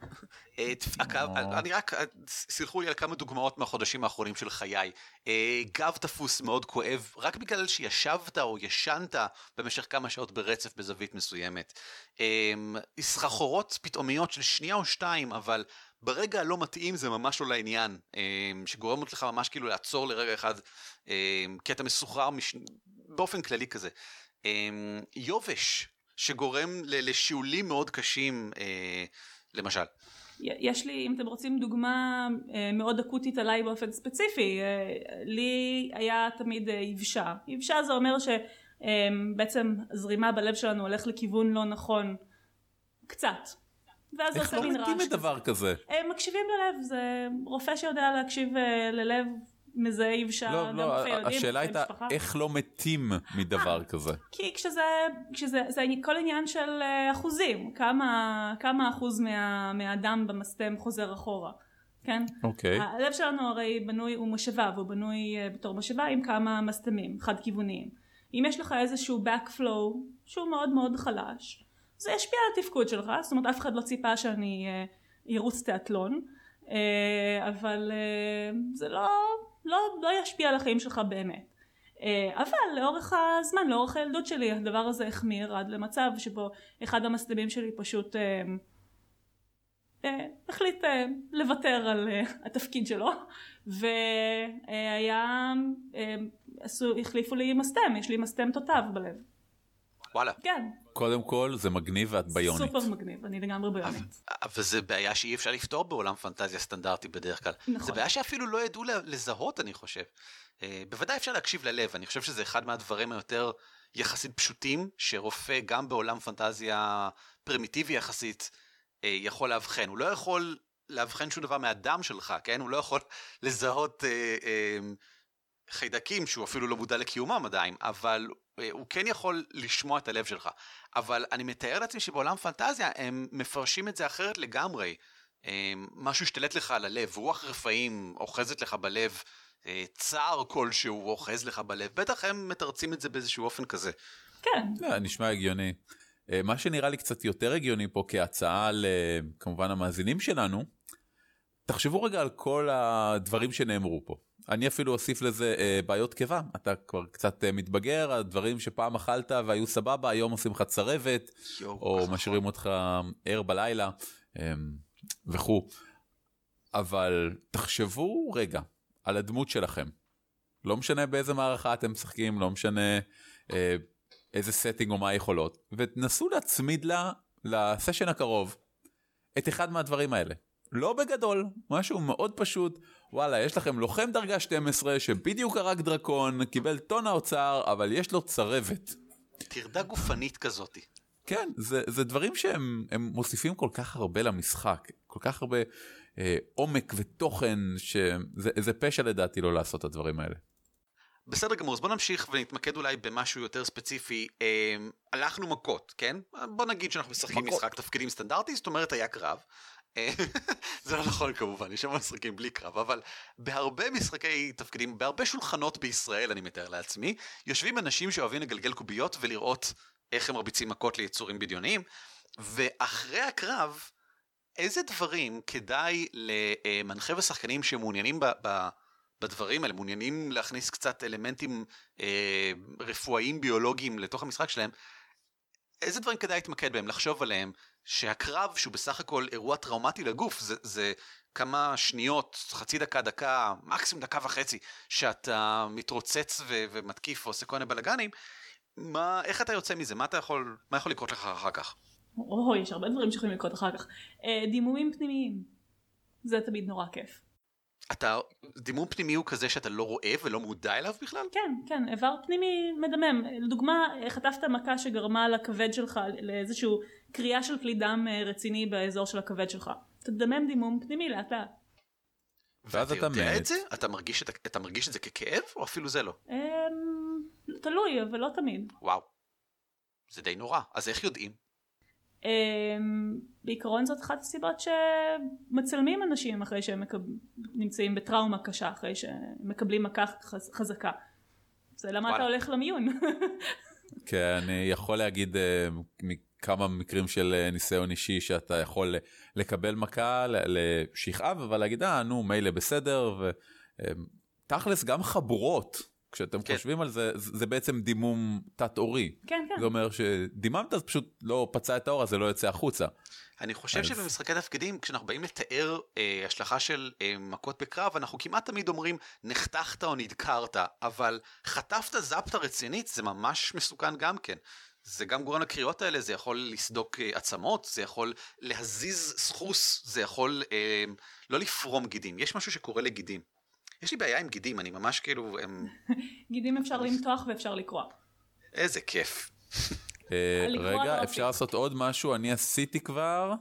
אני רק, סלחו לי על כמה דוגמאות מהחודשים האחרונים של חיי. גב תפוס מאוד כואב, רק בגלל שישבת או ישנת במשך כמה שעות ברצף בזווית מסוימת. סחרחורות פתאומיות של שנייה או שתיים, אבל ברגע הלא מתאים זה ממש לא לעניין, שגורמת לך ממש כאילו לעצור לרגע אחד, כי אתה מסוחרר באופן כללי כזה. יובש, שגורם לשיעולים מאוד קשים, למשל. יש לי, אם אתם רוצים, דוגמה מאוד אקוטית עליי באופן ספציפי. לי היה תמיד יבשה. יבשה זה אומר שבעצם הזרימה בלב שלנו הולך לכיוון לא נכון קצת. ואז איך לא מתאים את דבר כזה? מקשיבים ללב, זה רופא שיודע להקשיב ללב, מזה יבשה. לא, השאלה הייתה איך לא מתים מדבר כזה. כי כשזה כל עניין של אחוזים, כמה אחוז מהדם במסתם חוזר אחורה, כן? אוקיי. הלב שלנו הרי בנוי, הוא משאבה, והוא בנוי בתור משאבה עם כמה מסתמים, חד כיווניים. אם יש לך איזשהו backflow שהוא מאוד מאוד חלש, זה ישפיע על התפקוד שלך, זאת אומרת אף אחד לא ציפה שאני ירוץ תיאטלון, אבל זה לא ישפיע על החיים שלך באמת. אבל לאורך הזמן, לאורך הילדות שלי, הדבר הזה החמיר עד למצב שבו אחד המסתמים שלי פשוט החליט לוותר על התפקיד שלו, החליפו לי מסתם, יש לי מסתם תותב בלב. וואלה. כן. קודם כל זה מגניב ואת ביונית. סופר מגניב, אני לגמרי ביונית. אבל זה בעיה שאי אפשר לפתור בעולם פנטזיה סטנדרטי בדרך כלל. נכון. זה בעיה שאפילו לא ידעו לזהות, אני חושב. בוודאי אפשר להקשיב ללב, אני חושב שזה אחד מהדברים היותר יחסית פשוטים, שרופא גם בעולם פנטזיה פרימיטיבי יחסית יכול להבחן. הוא לא יכול להבחן שום דבר מהדם שלך, כן? הוא לא יכול לזהות חיידקים שהוא אפילו לא מודע לקיומם עדיין, אבל הוא כן יכול לשמוע את הלב שלך. אבל אני מתאר לעצמי שבעולם פנטזיה הם מפרשים את זה אחרת לגמרי. משהו השתלט לך על הלב, רוח רפאים אוחזת לך בלב, צער כלשהו אוחז לך בלב, בטח הם מתרצים את זה באיזשהו אופן כזה. כן. נשמע הגיוני. מה שנראה לי קצת יותר הגיוני פה כהצעה כמובן המאזינים שלנו, תחשבו רגע על כל הדברים שנאמרו פה. אני אפילו אוסיף לזה בעיות קיבה, אתה כבר קצת מתבגר, הדברים שפעם אכלת והיו סבבה, היום עושים לך צרבת, או משאירים אותך ער בלילה, וכו'. אבל תחשבו רגע על הדמות שלכם. לא משנה באיזה מערכה אתם משחקים, לא משנה איזה סטינג או מה היכולות, ותנסו להצמיד לה לסשן הקרוב את אחד מהדברים האלה. לא בגדול, משהו מאוד פשוט. וואלה, יש לכם לוחם דרגה 12 שבדיוק הרג דרקון, קיבל טון האוצר, אבל יש לו צרבת. תרדה גופנית כזאת. כן, זה דברים שהם מוסיפים כל כך הרבה למשחק, כל כך הרבה עומק ותוכן, שזה פשע לדעתי לא לעשות את הדברים האלה. בסדר גמור, אז בוא נמשיך ונתמקד אולי במשהו יותר ספציפי. הלכנו מכות, כן? בוא נגיד שאנחנו משחקים משחק תפקידים סטנדרטי, זאת אומרת היה קרב. זה לא נכון כמובן, יש שם משחקים בלי קרב, אבל בהרבה משחקי תפקידים, בהרבה שולחנות בישראל, אני מתאר לעצמי, יושבים אנשים שאוהבים לגלגל קוביות ולראות איך הם מרביצים מכות ליצורים בדיוניים, ואחרי הקרב, איזה דברים כדאי למנחה ושחקנים שמעוניינים בדברים האלה, מעוניינים להכניס קצת אלמנטים רפואיים ביולוגיים לתוך המשחק שלהם, איזה דברים כדאי להתמקד בהם, לחשוב עליהם, שהקרב שהוא בסך הכל אירוע טראומטי לגוף, זה כמה שניות, חצי דקה, דקה, מקסימום דקה וחצי, שאתה מתרוצץ ומתקיף ועושה כל מיני בלגנים, איך אתה יוצא מזה? מה יכול לקרות לך אחר כך? יש הרבה דברים שיכולים לקרות אחר כך. דימומים פנימיים, זה תמיד נורא כיף. דימום פנימי הוא כזה שאתה לא רואה ולא מודע אליו בכלל? כן, איבר פנימי מדמם. לדוגמה, חטפת מכה שגרמה לכבד שלך לאיזשהו קריאה של כלי דם רציני באזור של הכבד שלך. אתה תדמם דימום פנימי לאט לאט. ואתה יודע את זה? אתה מרגיש את זה ככאב או אפילו זה לא? תלוי, אבל לא תמיד. וואו, זה די נורא. אז איך יודעים? בעיקרון זאת אחת הסיבות שמצלמים אנשים אחרי שהם נמצאים בטראומה קשה, אחרי שהם מקבלים מכה חזקה. זה למה אתה הולך למיון. כן, אני יכול להגיד מכמה מקרים של ניסיון אישי שאתה יכול לקבל מכה לשכאב, אבל להגיד, נו, מילא בסדר, ותכלס גם חבורות, כשאתם חושבים על זה, זה בעצם דימום תת-אורי. כן. זה אומר שדיממת, אז פשוט לא פצע את האור, אז זה לא יוצא החוצה. אני חושב שבמשחקי תפקידים, כשאנחנו באים לתאר השלכה של מכות בקרב, אנחנו כמעט תמיד אומרים, נחתכת או נדקרת, אבל חטפת זפת רצינית, זה ממש מסוכן גם כן. זה גם גורם לקריאות האלה, זה יכול לסדוק עצמות, זה יכול להזיז סחוס, זה יכול לא לפרום גידים. יש משהו שקורה לגידים. יש לי בעיה עם גידים, אני ממש כאילו... גידים אפשר למתוח ואפשר לקרוא. איזה כיף. רגע, אפשר לעשות עוד משהו, אני עשיתי כבר.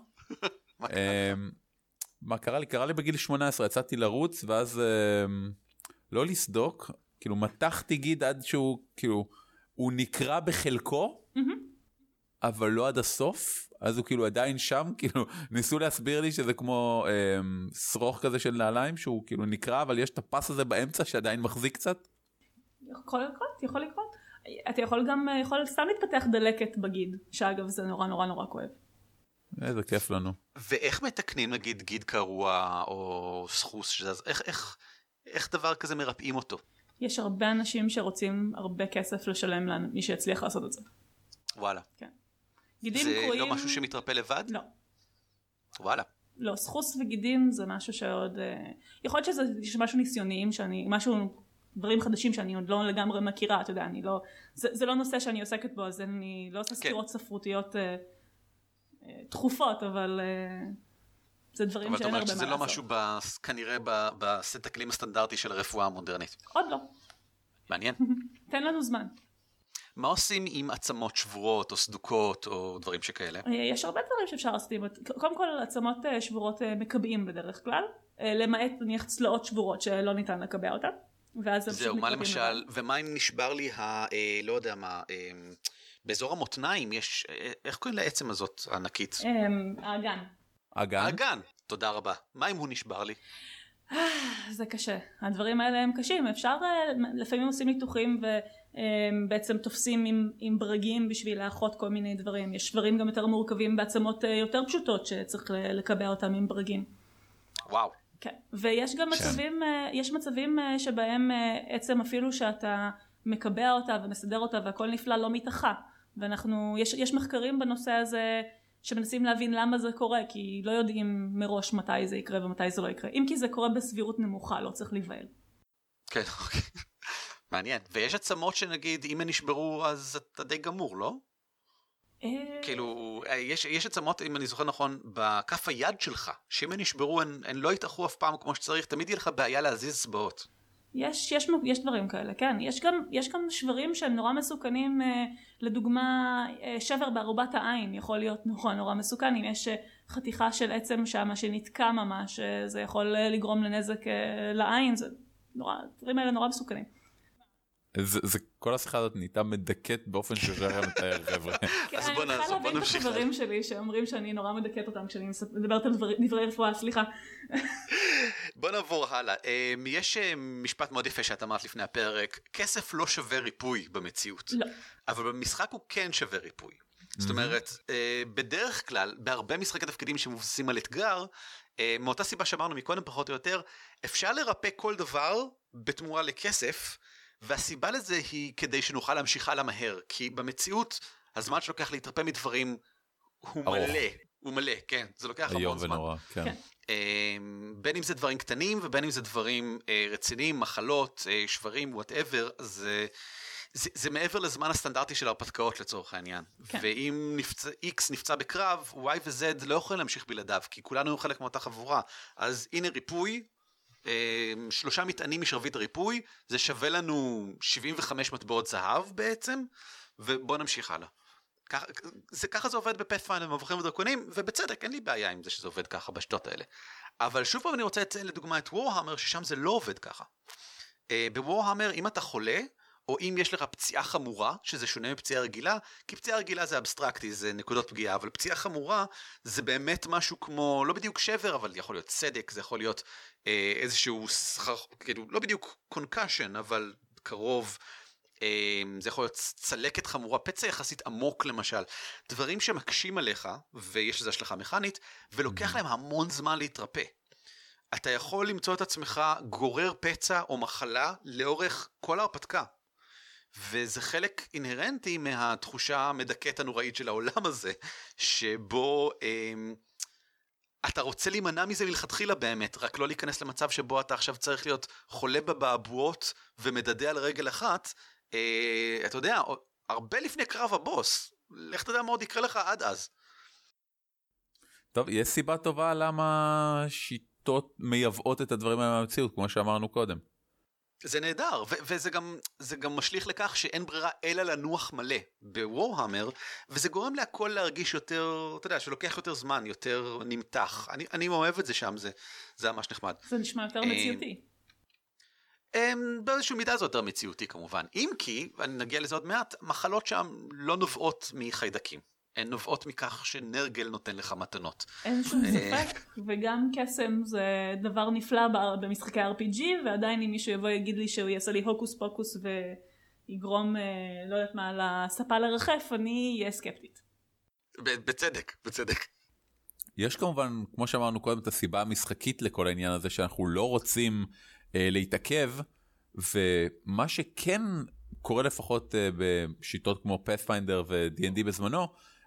מה קרה לי? קרה לי בגיל 18, יצאתי לרוץ, ואז לא לסדוק, כאילו מתחתי גיד עד שהוא, כאילו, הוא נקרא בחלקו, אבל לא עד הסוף, אז הוא כאילו עדיין שם, כאילו ניסו להסביר לי שזה כמו שרוך כזה של נעליים, שהוא כאילו נקרא, אבל יש את הפס הזה באמצע שעדיין מחזיק קצת. יכול לקרות. אתה יכול גם, סתם להתפתח דלקת בגיד, שאגב זה נורא נורא נורא כואב. איזה כיף לנו. ואיך מתקנים נגיד גיד קרוע או סחוס שזז, איך דבר כזה מרפאים אותו? יש הרבה אנשים שרוצים הרבה כסף לשלם למי שיצליח לעשות את זה. וואלה. כן. זה לא משהו שמתרפא לבד? לא. וואלה. לא, סחוס וגידים זה משהו שעוד, יכול להיות שזה משהו ניסיוניים, דברים חדשים שאני עוד לא לגמרי מכירה, אתה יודע, זה לא נושא שאני עוסקת בו, אז אני לא עושה סקירות ספרותיות תכופות, אבל זה דברים שאין הרבה מה לעשות. אבל אתה אומרת שזה לא משהו כנראה בסט הכלים הסטנדרטי של הרפואה המודרנית. עוד לא. מעניין. תן לנו זמן. מה עושים עם עצמות שבורות או סדוקות או דברים שכאלה? יש הרבה דברים שאפשר לעשות. קודם כל עצמות שבורות מקבעים בדרך כלל, למעט נניח צלעות שבורות שלא ניתן לקבע אותן. זהו, מה למשל, ומה אם נשבר לי לא יודע מה, באזור המותניים יש, איך קוראים לעצם הזאת הענקית? האגן. האגן, תודה רבה. מה אם הוא נשבר לי? זה קשה, הדברים האלה הם קשים, אפשר, לפעמים עושים ניתוחים ובעצם תופסים עם ברגים בשביל לאחות כל מיני דברים, יש דברים גם יותר מורכבים בעצמות יותר פשוטות שצריך לקבע אותם עם ברגים. וואו. כן, ויש גם מצבים, יש מצבים שבהם עצם אפילו שאתה מקבע אותה ומסדר אותה והכל נפלא לא מתאחה, יש מחקרים בנושא הזה שמנסים להבין למה זה קורה, כי לא יודעים מראש מתי זה יקרה ומתי זה לא יקרה. אם כי זה קורה בסבירות נמוכה, לא צריך להיבהל. כן, אוקיי. מעניין. ויש עצמות שנגיד, אם הן נשברו, אז אתה די גמור, לא? כאילו, יש עצמות, אם אני זוכר נכון, בכף היד שלך, שאם הן נשברו, הן לא יתאחו אף פעם כמו שצריך, תמיד יהיה לך בעיה להזיז אצבעות. יש דברים כאלה, כן. יש גם שברים שהם נורא מסוכנים, לדוגמה, שבר בערובת העין יכול להיות נורא מסוכן, אם יש חתיכה של עצם שם שנתקע ממש, זה יכול לגרום לנזק לעין, דברים האלה נורא מסוכנים. זה כל השיחה הזאת נהייתה מדכאת באופן ששאר מתאר, חבר'ה. אז בוא נמשיך. אני צריכה להבין את החברים שלי שאומרים שאני נורא מדכאת אותם כשאני מדברת על דברי רפואה, סליחה. בוא נעבור הלאה. יש משפט מאוד יפה שאת אמרת לפני הפרק, כסף לא שווה ריפוי במציאות. לא. אבל במשחק הוא כן שווה ריפוי. זאת אומרת, בדרך כלל, בהרבה משחקי תפקידים שמבוססים על אתגר, מאותה סיבה שאמרנו מקודם פחות או יותר, אפשר לרפא כל דבר בתמורה לכסף, והסיבה לזה היא כדי שנוכל להמשיך הלאה מהר, כי במציאות הזמן שלוקח להתרפא מדברים הוא מלא, כן, זה לוקח המון זמן. ונורא, כן. בין אם זה דברים קטנים ובין אם זה דברים רציניים, מחלות, שברים, whatever, זה מעבר לזמן הסטנדרטי של ההרפתקאות לצורך העניין. כן. ואם X נפצע בקרב, Y ו-Z לא יכולים להמשיך בלעדיו, כי כולנו חלק מאותה חבורה. אז הנה ריפוי, 3 מטענים משרבית הריפוי, זה שווה לנו 75 מטבעות זהב בעצם, ובוא נמשיך הלאה. ככה זה עובד בפאת'פיינדר מבוכים ודרקונים, ובצדק אין לי בעיה עם זה שזה עובד ככה בשטות האלה. אבל שוב פעם אני רוצה לציין לדוגמה את וורהמר, ששם זה לא עובד ככה. בוורהמר אם אתה חולה, או אם יש לך פציעה חמורה, שזה שונה מפציעה רגילה, כי פציעה רגילה זה אבסטרקטי, זה נקודות פגיעה, אבל פציעה חמורה זה באמת משהו כמו, לא בדיוק שבר, אבל יכול להיות סדק, זה יכול להיות איזשהו, כאילו, לא בדיוק קונקשן, אבל קרוב, זה יכול להיות צלקת חמורה, פצע יחסית עמוק למשל, דברים שמקשים עליך, ויש לזה השלכה מכנית, ולוקח להם המון זמן להתרפא. אתה יכול למצוא את עצמך גורר פצע או מחלה לאורך כל ההרפתקה. וזה חלק אינהרנטי מהתחושה המדכאת הנוראית של העולם הזה, שבו אתה רוצה להימנע מזה מלכתחילה באמת, רק לא להיכנס למצב שבו אתה עכשיו צריך להיות חולה בבעבועות ומדדה על רגל אחת, אתה יודע, הרבה לפני קרב הבוס, לך תדע מה עוד יקרה לך עד אז. טוב, יש סיבה טובה למה שיטות מייבאות את הדברים האלה מהמציאות, כמו שאמרנו קודם. זה נהדר, וזה גם משליך לכך שאין ברירה אלא לנוח מלא בוורהמר, וזה גורם להכל להרגיש יותר, אתה יודע, שלוקח יותר זמן, יותר נמתח. אני אוהב את זה שם, זה ממש נחמד. זה נשמע יותר מציאותי. באיזושהי מידה זה יותר מציאותי כמובן. אם כי, ואני נגיע לזה עוד מעט, מחלות שם לא נובעות מחיידקים. הן נובעות מכך שנרגל נותן לך מתנות. אין שום ספק, וגם קסם זה דבר נפלא במשחקי RPG, ועדיין אם מישהו יבוא יגיד לי שהוא יעשה לי הוקוס פוקוס ויגרום, לא יודעת מה, לספה לרחף, אני אהיה סקפטית. בצדק. יש כמובן, כמו שאמרנו קודם, את הסיבה המשחקית לכל העניין הזה, שאנחנו לא רוצים להתעכב, ומה שכן קורה לפחות בשיטות כמו Pathfinder ו-D&D בזמנו,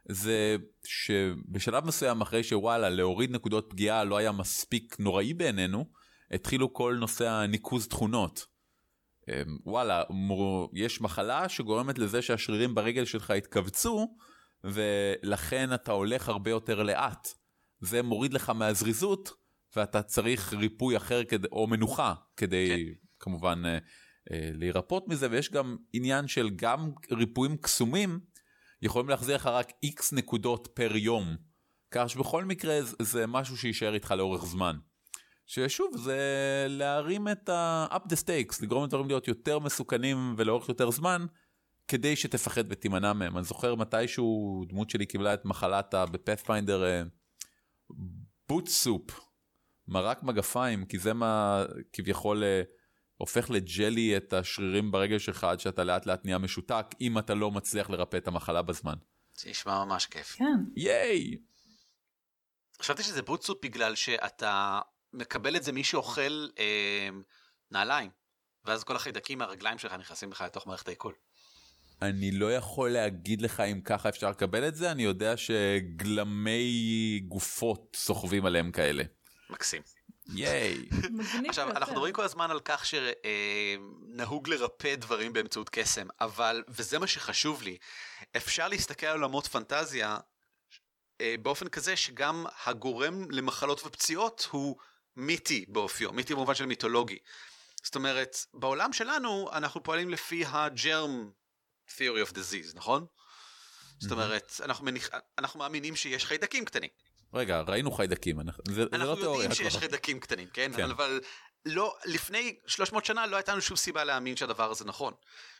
זה שבשלב מסוים אחרי שוואלה להוריד נקודות פגיעה לא היה מספיק נוראי בעינינו, התחילו כל נושא הניקוז תכונות. וואלה, יש מחלה שגורמת לזה שהשרירים ברגל שלך התכווצו, ולכן אתה הולך הרבה יותר לאט. זה מוריד לך מהזריזות, ואתה צריך ריפוי אחר או מנוחה, כדי כמובן להירפות מזה, ויש גם עניין של גם ריפויים קסומים, יכולים להחזיר לך רק X נקודות פר יום, כך שבכל מקרה זה משהו שישאר איתך לאורך זמן. ששוב, זה להרים את up the stakes, לגרום לדברים להיות יותר מסוכנים ולאורך יותר זמן, כדי שתפחד ותימנע מהם. אני זוכר מתישהו דמות שלי קיבלה את מחלת בפאת'פיינדר בוט סופ, מרק מגפיים, כי זה מה כביכול הופך לג'לי את השרירים ברגל שלך, עד שאתה לאט לאט נהיה משותק, אם אתה לא מצליח לרפא את המחלה בזמן. זה נשמע ממש כיף. כן. ייי! חשבתי שזה בוט סופ בגלל שאתה מקבל את זה מי שאוכל נעליים, ואז כל החיידקים מהרגליים שלך נכנסים לך לתוך מערכת העיכול. אני לא יכול להגיד לך אם ככה אפשר לקבל את זה, אני יודע שגלמי גופות סוחבים עליהם כאלה. מקסים. ייי. עכשיו, אנחנו מדברים כל הזמן על כך שנהוג לרפא דברים באמצעות קסם, אבל, וזה מה שחשוב לי, אפשר להסתכל על עולמות פנטזיה באופן כזה שגם הגורם למחלות ופציעות הוא מיתי באופיו, מיתי במובן של מיתולוגי. זאת אומרת, בעולם שלנו אנחנו פועלים לפי הג'רם theory of disease, נכון? זאת אומרת, אנחנו מאמינים שיש חיידקים קטנים. רגע, ראינו חיידקים, זה לא תיאוריה. אנחנו יודעים שיש חיידקים קטנים, כן? אבל לא, לפני 300 שנה לא הייתה לנו שום סיבה להאמין שהדבר הזה נכון.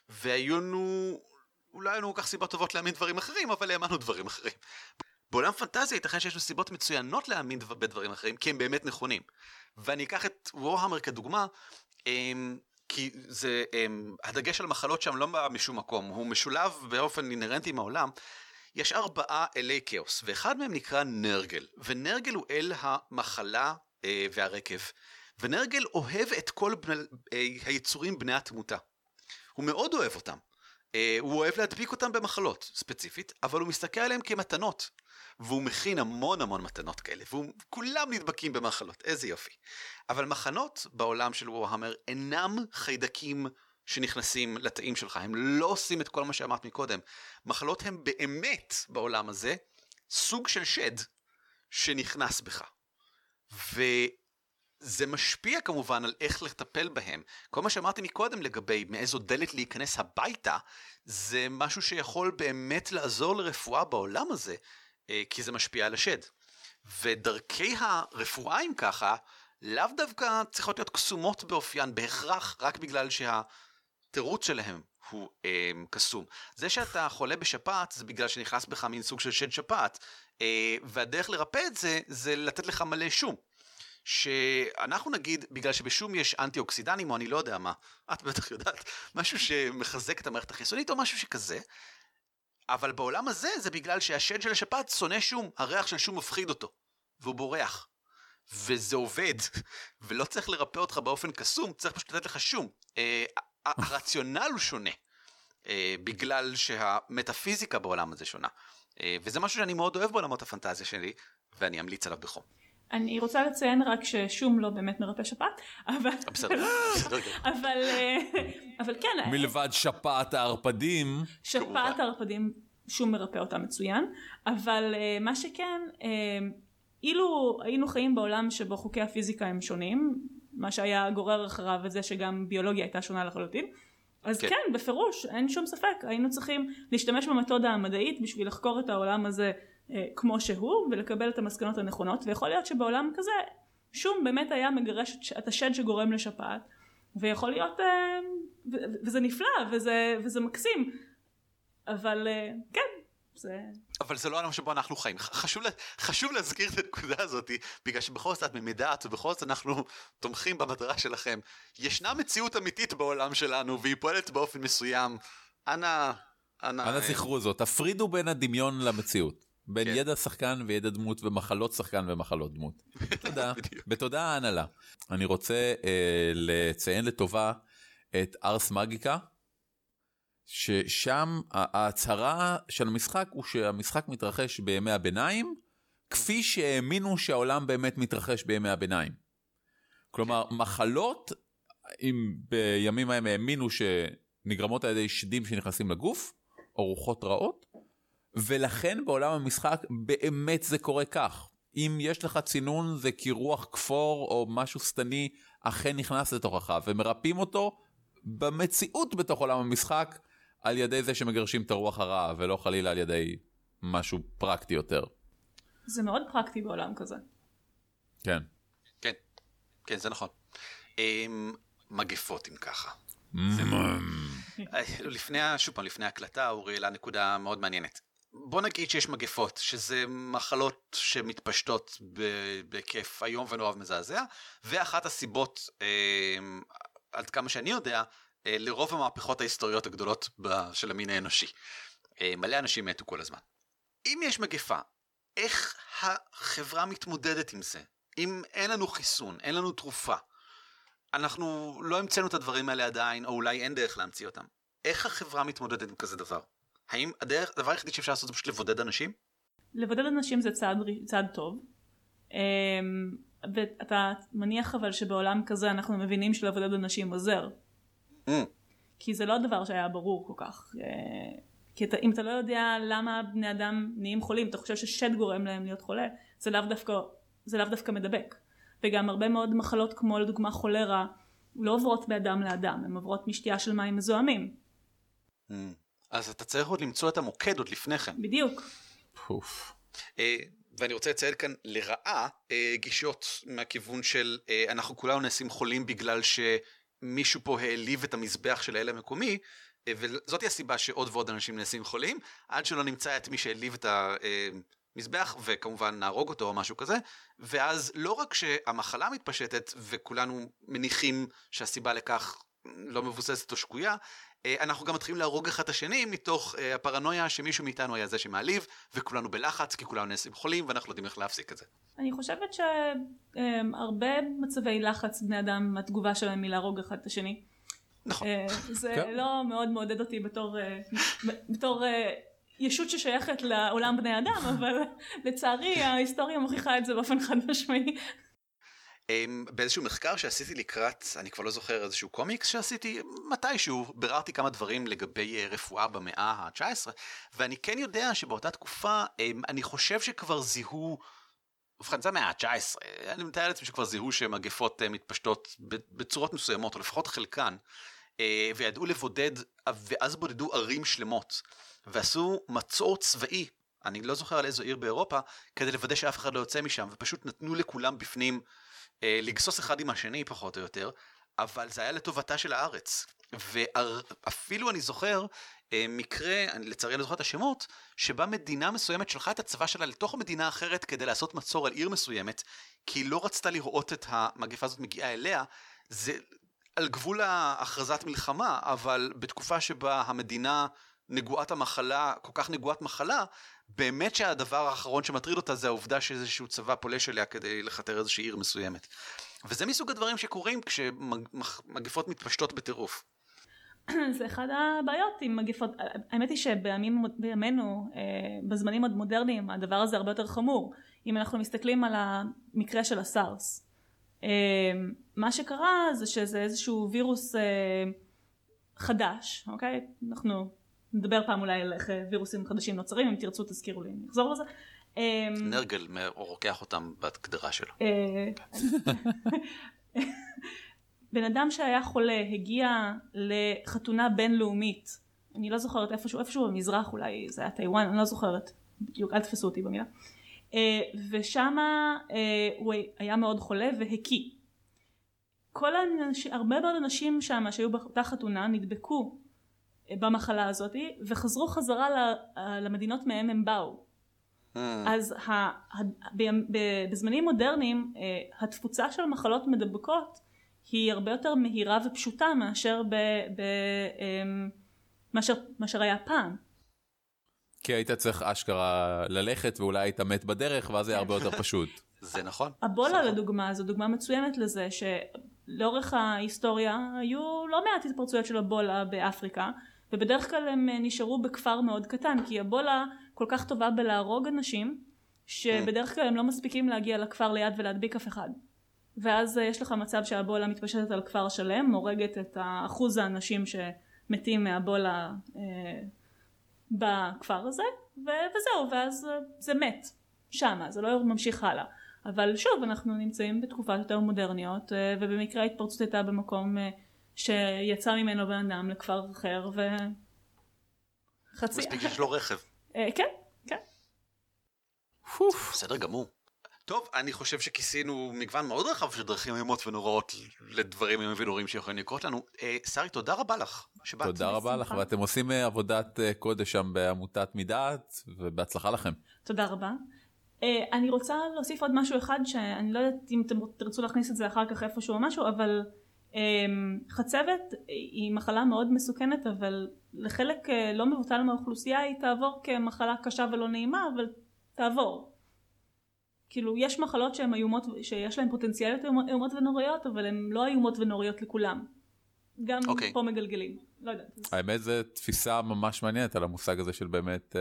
אולי היו לנו כך סיבות טובות להאמין דברים אחרים, אבל האמנו דברים אחרים. בעולם פנטזיה ייתכן שיש לנו סיבות מצוינות להאמין בדברים אחרים, כי הם באמת נכונים. ואני אקח את וורהמר כדוגמה, כי זה, הדגש על מחלות שם לא בא משום מקום, הוא משולב באופן אינרנטי עם העולם. יש 4 אלי כאוס, ואחד מהם נקרא נרגל, ונרגל הוא אל המחלה והרקב, ונרגל אוהב את כל היצורים בני התמותה. הוא מאוד אוהב אותם, הוא אוהב להדביק אותם במחלות ספציפית, אבל הוא מסתכל עליהם כמתנות, והוא מכין המון מתנות כאלה, וכולם נדבקים במחלות, איזה יופי. אבל מחנות בעולם של וורהמר אינם חיידקים שנכנסים לתאים שלך, הם לא עושים את כל מה שאמרת מקודם. מחלות הם באמת בעולם הזה סוג של שד שנכנס בך. וזה משפיע כמובן על איך לטפל בהם. כל מה שאמרתי מקודם לגבי מאיזו דלת להיכנס הביתה, זה משהו שיכול באמת לעזור לרפואה בעולם הזה, כי זה משפיע על השד. ודרכי הרפואה אם ככה, לאו דווקא צריכות להיות קסומות באופיין, בהכרח רק בגלל שהתירוץ שלהם הוא קסום. זה שאתה חולה בשפעת, זה בגלל שנכנס בך מין סוג של שד שפעת, והדרך לרפא את זה, זה לתת לך מלא שום. שאנחנו נגיד, בגלל שבשום יש אנטי-אוקסידנים, או אני לא יודע מה, את בטח יודעת, משהו שמחזק את המערכת החיסונית, או משהו שכזה, אבל בעולם הזה זה בגלל שהשד של השפעת שונא שום, הריח של שום מפחיד אותו, והוא בורח. וזה עובד, ולא צריך לרפא אותך באופן קסום, צריך פשוט לתת לך שום. הרציונל הוא שונה, בגלל שהמטאפיזיקה בעולם הזה שונה. וזה משהו שאני מאוד אוהב בעולמות הפנטזיה שלי, ואני אמליץ עליו בחום. אני רוצה לציין רק ששום לא באמת מרפא שפעת, אבל כן. מלבד שפעת הערפדים. שפעת הערפדים שום מרפא אותה מצוין, אבל מה שכן, אילו היינו חיים בעולם שבו חוקי הפיזיקה הם שונים, מה שהיה גורר אחריו וזה שגם ביולוגיה הייתה שונה לחלוטין, אז כן, בפירוש, אין שום ספק, היינו צריכים להשתמש במתודה המדעית בשביל לחקור את העולם הזה כמו שהוא, ולקבל את המסקנות הנכונות, ויכול להיות שבעולם כזה, שום באמת היה מגרש את השד שגורם לשפעת, ויכול להיות, וזה נפלא, וזה מקסים, אבל כן, זה... אבל זה לא העולם שבו אנחנו חיים. חשוב להזכיר את הנקודה הזאת, בגלל שבכל זאת ממדעת, ובכל זאת אנחנו תומכים במטרה שלכם. ישנה מציאות אמיתית בעולם שלנו, והיא פועלת באופן מסוים. אנא זכרו זאת, תפרידו בין הדמיון למציאות. בין ידע שחקן וידע דמות, ומחלות שחקן ומחלות דמות. תודה. בתודה ההנהלה. אני רוצה לציין לטובה את ארס מגיקה, ששם ההצהרה של המשחק הוא שהמשחק מתרחש בימי הביניים, כפי שהאמינו שהעולם באמת מתרחש בימי הביניים. כלומר, מחלות, אם בימים ההם האמינו שנגרמות על ידי שדים שנכנסים לגוף, או רוחות רעות, ולכן בעולם המשחק באמת זה קורה כך. אם יש לך צינון זה כי רוח כפור או משהו סתני אכן נכנס לתוכך, ומרפאים אותו במציאות בתוך עולם המשחק, על ידי זה שמגרשים את הרוח הרעה, ולא חלילה על ידי משהו פרקטי יותר. זה מאוד פרקטי בעולם כזה. כן. כן, כן, זה נכון. מגפות אם ככה. לפני ההקלטה הוא ראה לה נקודה מאוד מעניינת. בוא נגיד שיש מגפות, שזה מחלות שמתפשטות בהיקף היום ונורא ומזעזע, ואחת הסיבות, עד כמה שאני יודע, לרוב המהפכות ההיסטוריות הגדולות של המין האנושי. מלא אנשים מתו כל הזמן. אם יש מגפה, איך החברה מתמודדת עם זה? אם אין לנו חיסון, אין לנו תרופה, אנחנו לא המצאנו את הדברים האלה עדיין, או אולי אין דרך להמציא אותם. איך החברה מתמודדת עם כזה דבר? האם הדבר היחידי שאפשר לעשות זה פשוט לבודד אנשים? לבודד אנשים זה צעד טוב. ואתה מניח אבל שבעולם כזה אנחנו מבינים שלבודד אנשים עוזר. כי זה לא דבר שהיה ברור כל כך. כי אם אתה לא יודע למה בני אדם נהיים חולים, אתה חושב ששד גורם להם להיות חולה, זה לאו דווקא מדבק. וגם הרבה מאוד מחלות כמו לדוגמה חולרה, לא עוברות באדם לאדם, הן עוברות משתייה של מים מזוהמים. אז אתה צריך עוד למצוא את המוקד עוד לפני כן. בדיוק. ואני רוצה לציין כאן לרעה גישות מהכיוון של אנחנו כולנו נעשים חולים בגלל שמישהו פה העליב את המזבח של האל המקומי, וזאת היא הסיבה שעוד ועוד אנשים נעשים חולים, עד שלא נמצא את מי שהעליב את המזבח, וכמובן נהרוג אותו או משהו כזה, ואז לא רק שהמחלה מתפשטת וכולנו מניחים שהסיבה לכך לא מבוססת או שגויה, אנחנו גם מתחילים להרוג אחד את השני מתוך הפרנויה שמישהו מאיתנו היה זה שמעליב, וכולנו בלחץ כי כולנו נעשים חולים ואנחנו לא יודעים איך להפסיק את זה. אני חושבת שהרבה מצבי לחץ בני אדם, התגובה שלהם היא להרוג אחד את השני. נכון. זה לא מאוד מעודד אותי בתור ישות ששייכת לעולם בני אדם, אבל לצערי ההיסטוריה מוכיחה את זה באופן חד משמעי. באיזשהו מחקר שעשיתי לקראת, אני כבר לא זוכר איזשהו קומיקס שעשיתי, מתישהו ביררתי כמה דברים לגבי רפואה במאה ה-19, ואני כן יודע שבאותה תקופה, אני חושב שכבר זיהו, ובכן זה המאה ה-19, אני מתאר לעצמי שכבר זיהו שמגפות מתפשטות בצורות מסוימות, או לפחות חלקן, וידעו לבודד, ואז בודדו ערים שלמות, ועשו מצור צבאי, אני לא זוכר על איזו עיר באירופה, כדי לוודא שאף אחד לא יוצא משם, ופשוט נתנו לכולם בפנים לגסוס אחד עם השני פחות או יותר, אבל זה היה לטובתה של הארץ. ואפילו אני זוכר מקרה, לצערי אני זוכר את השמות, שבה מדינה מסוימת שלחה את הצבא שלה לתוך מדינה אחרת כדי לעשות מצור על עיר מסוימת, כי היא לא רצתה לראות את המגפה הזאת מגיעה אליה. זה על גבול ההכרזת מלחמה, אבל בתקופה שבה המדינה נגועת המחלה, כל כך נגועת מחלה, באמת שהדבר האחרון שמטריד אותה זה העובדה שאיזשהו צבא פולש אליה כדי לחתר איזושהי עיר מסוימת. וזה מסוג הדברים שקורים כשמגפות מתפשטות בטירוף. זה אחד הבעיות עם מגפות. האמת היא שבימינו, בזמנים המודרניים, הדבר הזה הרבה יותר חמור. אם אנחנו מסתכלים על המקרה של הסארס, מה שקרה זה שזה איזשהו וירוס חדש, אוקיי? אנחנו נדבר פעם אולי על איך וירוסים חדשים נוצרים, אם תרצו תזכירו לי, אני אחזור לזה. נרגל רוקח אותם בהגדרה שלו. בן אדם שהיה חולה הגיע לחתונה בינלאומית, אני לא זוכרת איפשהו במזרח, אולי זה היה טיואן, אני לא זוכרת, בדיוק, אל תפסו אותי במילה. ושם הוא היה מאוד חולה והקיא. הרבה מאוד אנשים שם שהיו באותה חתונה נדבקו במחלה הזאת וחזרו חזרה למדינות מהם הם באו. אז בזמנים מודרניים התפוצה של מחלות מדבקות היא הרבה יותר מהירה ופשוטה מאשר היה פעם. כי היית צריך אשכרה ללכת ואולי היית מת בדרך ואז זה הרבה יותר פשוט. זה נכון. אבולה לדוגמה, זו דוגמה מצוינת לזה שלאורך ההיסטוריה היו לא מעט התפרצויות של אבולה באפריקה, ובדרך כלל הם נשארו בכפר מאוד קטן, כי הבולה כל כך טובה בלהרוג אנשים, שבדרך כלל הם לא מספיקים להגיע לכפר ליד ולהדביק אף אחד. ואז יש לך מצב שהבולה מתפשטת על כפר שלם, מורגת את אחוז האנשים שמתים מהבולה בכפר הזה, וזהו, ואז זה מת שמה, זה לא ממשיך הלאה. אבל שוב, אנחנו נמצאים בתקופות יותר מודרניות, ובמקרה ההתפרצות הייתה במקום שיצא ממנו בן אדם לכפר אחר, וחצי... מספיק יש לו רכב. כן, כן. בסדר גמור. טוב, אני חושב שכיסינו מגוון מאוד רחב של דרכים איומות ונוראות לדברים איומים ונוראים שיכולים לקרות לנו. שרי, תודה רבה לך שבאת. תודה רבה לך, ואתם עושים עבודת קודש שם בעמותת מדעת, ובהצלחה לכם. תודה רבה. אני רוצה להוסיף עוד משהו אחד, שאני לא יודעת אם אתם תרצו להכניס את זה אחר כך איפשהו או משהו, אבל חצבת היא מחלה מאוד מסוכנת, אבל לחלק לא מבוטל מהאוכלוסייה היא תעבור כמחלה קשה ולא נעימה, אבל תעבור. כאילו יש מחלות שהן איומות, שיש להן פוטנציאליות איומות ונוריות, אבל הן לא איומות ונוריות לכולם. גם פה מגלגלים. לא יודעת. האמת זו תפיסה ממש מעניינת על המושג הזה של באמת...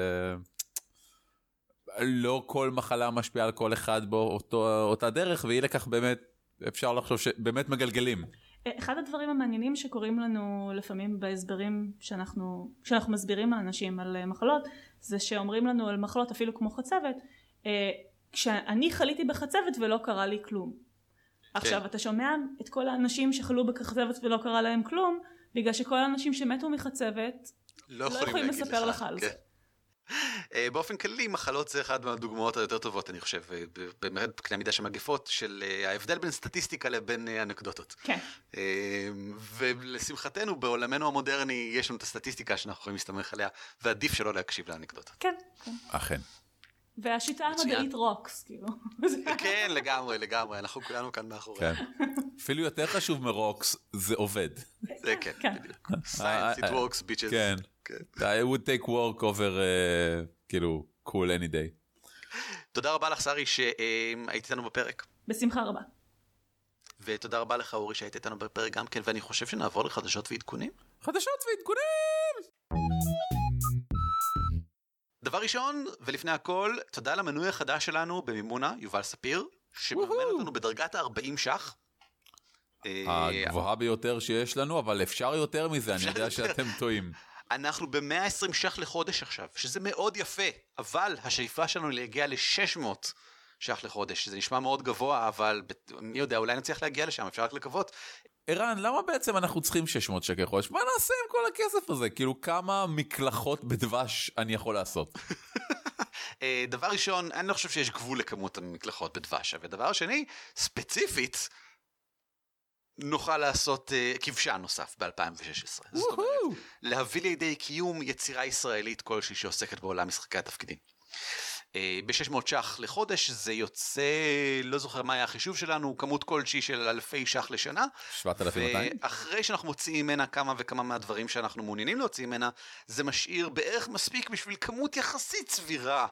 לא כל מחלה משפיעה על כל אחד באותה דרך, והיא לכך באמת, אפשר לחשוב שבאמת מגלגלים. אחד הדברים המעניינים שקורים לנו לפעמים בהסברים שאנחנו מסבירים לאנשים על מחלות, זה שאומרים לנו על מחלות אפילו כמו חצבת, כשאני חליתי בחצבת ולא קרה לי כלום. עכשיו אתה שומע את כל האנשים שחלו בחצבת ולא קרה להם כלום, בגלל שכל האנשים שמתו מחצבת לא יכולים לספר לך על זה. באופן כללי, מחלות זה אחד מהדוגמאות היותר טובות, אני חושב, באמת בקנה מידה של מגפות, של ההבדל בין סטטיסטיקה לבין אנקדוטות. כן. ולשמחתנו, בעולמנו המודרני, יש לנו את הסטטיסטיקה שאנחנו יכולים להסתמך עליה, ועדיף שלא להקשיב לאנקדוטות. כן, כן. אכן. והשיטה המדעית רוקס, כאילו. כן, לגמרי, לגמרי, אנחנו כולנו כאן מאחורי. אפילו יותר חשוב מרוקס, זה עובד. זה כן, בדיוק. Science, it works, bitches. כן. I would take work over, כאילו, cool any day. תודה רבה לך, שרי, שהיית איתנו בפרק. בשמחה רבה. ותודה רבה לך, אורי, שהיית איתנו בפרק גם כן, ואני חושב שנעבור לחדשות ועדכונים. חדשות ועדכונים! דבר ראשון, ולפני הכל, תודה למנוי החדש שלנו במימונה, יובל ספיר, שמממן אותנו בדרגת 40 שח. הגבוהה ביותר שיש לנו, אבל אפשר יותר מזה, אני יודע שאתם טועים. אנחנו ב-120 שח לחודש עכשיו, שזה מאוד יפה, אבל השאיפה שלנו להגיע ל-600 שח לחודש, זה נשמע מאוד גבוה, אבל מי יודע, אולי נצליח להגיע לשם, אפשר רק לקוות. ערן, למה בעצם אנחנו צריכים 600 שקל חודש? מה נעשה עם כל הכסף הזה? כאילו, כמה מקלחות בדבש אני יכול לעשות? דבר ראשון, אני לא חושב שיש גבול לכמות המקלחות בדבש, ודבר שני, ספציפית, נוכל לעשות כבשן נוסף ב-2016. זאת אומרת, להביא לידי קיום יצירה ישראלית כלשהי שעוסקת בעולם משחקי התפקידים. ב-600 שח לחודש זה יוצא, לא זוכר מה היה החישוב שלנו, כמות כלשהי של אלפי שח לשנה. 7,200? ואחרי שאנחנו מוציאים ממנה כמה וכמה מהדברים שאנחנו מעוניינים להוציא ממנה, זה משאיר בערך מספיק בשביל כמות יחסית סבירה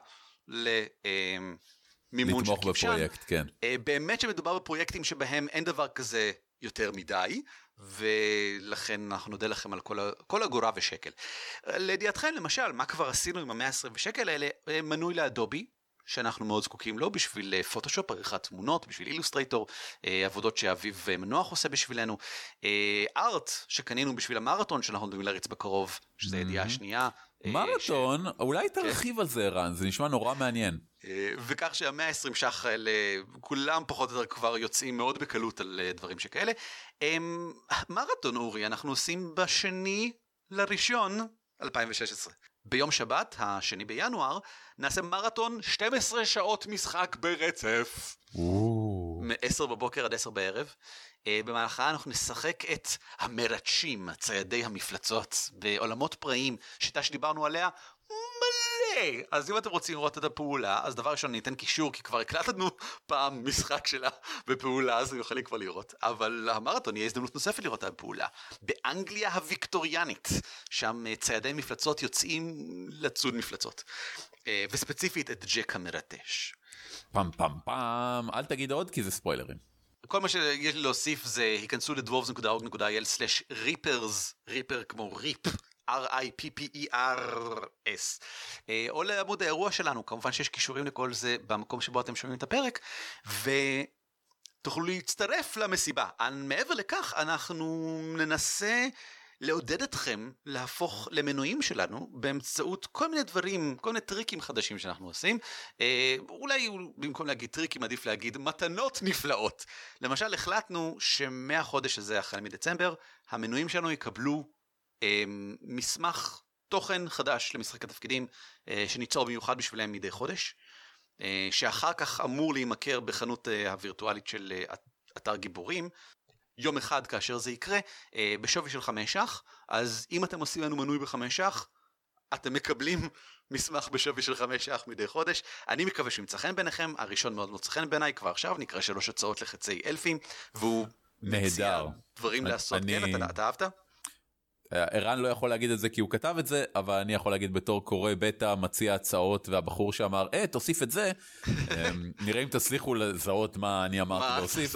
למימון של כבשן. לתמוך בפרויקט, כן. באמת שמדובר בפרויקטים שבהם אין דבר כזה יותר מדי, ולכן אנחנו נודה לכם על כל אגורה ושקל. לידיעתכם, למשל, מה כבר עשינו עם ה-120 שקל האלה? מנוי לאדובי, שאנחנו מאוד זקוקים לו, בשביל פוטושופ, עריכת תמונות, בשביל אילוסטרייטור, עבודות שאביב מנוח עושה בשבילנו, ארט שקנינו בשביל המרתון, שאנחנו נדעים להריץ בקרוב, שזה ידיעה השנייה. מרתון? אולי תרחיב על זה, ערן, זה נשמע נורא מעניין. וכך שה-120 שח האלה, כולם פחות או יותר כבר יוצאים מאוד בקלות על דברים שכאלה. מרתון, אורי, אנחנו עושים ב2.1.2016. ביום שבת, ה2 בינואר, נעשה מרתון 12 שעות משחק ברצף. מ-10 בבוקר עד 10 בערב. במהלכה אנחנו נשחק את המרצ'ים, ציידי המפלצות, בעולמות פראיים, שיטה שדיברנו עליה מלא. אז אם אתם רוצים לראות את הפעולה, אז דבר ראשון ניתן קישור, כי כבר הקלטנו פעם משחק שלה בפעולה, אז יכולים כבר לראות. אבל המרתון יהיה הזדמנות נוספת לראות את הפעולה. באנגליה הוויקטוריאנית, שם ציידי מפלצות יוצאים לצוד מפלצות. וספציפית את ג'ק המרטש. פם פם פם, אל תגיד עוד כי זה ספוילרים. כל מה שיש לי להוסיף זה, היכנסו לדוורבס.org.il/reapers, ריפר כמו ריפ, RIPPERS, או לעמוד האירוע שלנו. כמובן שיש קישורים לכל זה במקום שבו אתם שומעים את הפרק, ותוכלו להצטרף למסיבה. מעבר לכך, אנחנו ננסה לעודד אתכם להפוך למנויים שלנו באמצעות כל מיני דברים, כל מיני טריקים חדשים שאנחנו עושים. אולי במקום להגיד טריקים עדיף להגיד מתנות נפלאות. למשל, החלטנו שמהחודש הזה, החל מדצמבר, המנויים שלנו יקבלו מסמך תוכן חדש למשחק התפקידים שניצור במיוחד בשבילם מדי חודש, שאחר כך אמור להימכר בחנות הווירטואלית של אתר גיבורים, יום אחד כאשר זה יקרה, בשווי של 5 ש"ח. אז אם אתם עושים לנו מנוי ב5 ש"ח, אתם מקבלים מסמך בשווי של 5 ש"ח מדי חודש. אני מקווה שהוא ימצא חן ביניכם. הראשון מאוד מוצא חן בעיניי כבר עכשיו, נקרא 3 הצעות לחצי אלפים, והוא מציע דברים לעשות. כן, אתה אהבת? ערן לא יכול להגיד את זה כי הוא כתב את זה, אבל אני יכול להגיד בתור קורא בטא, מציע הצעות, והבחור שאמר, תוסיף את זה, נראה אם תצליחו לזהות מה אני אמרתי להוסיף.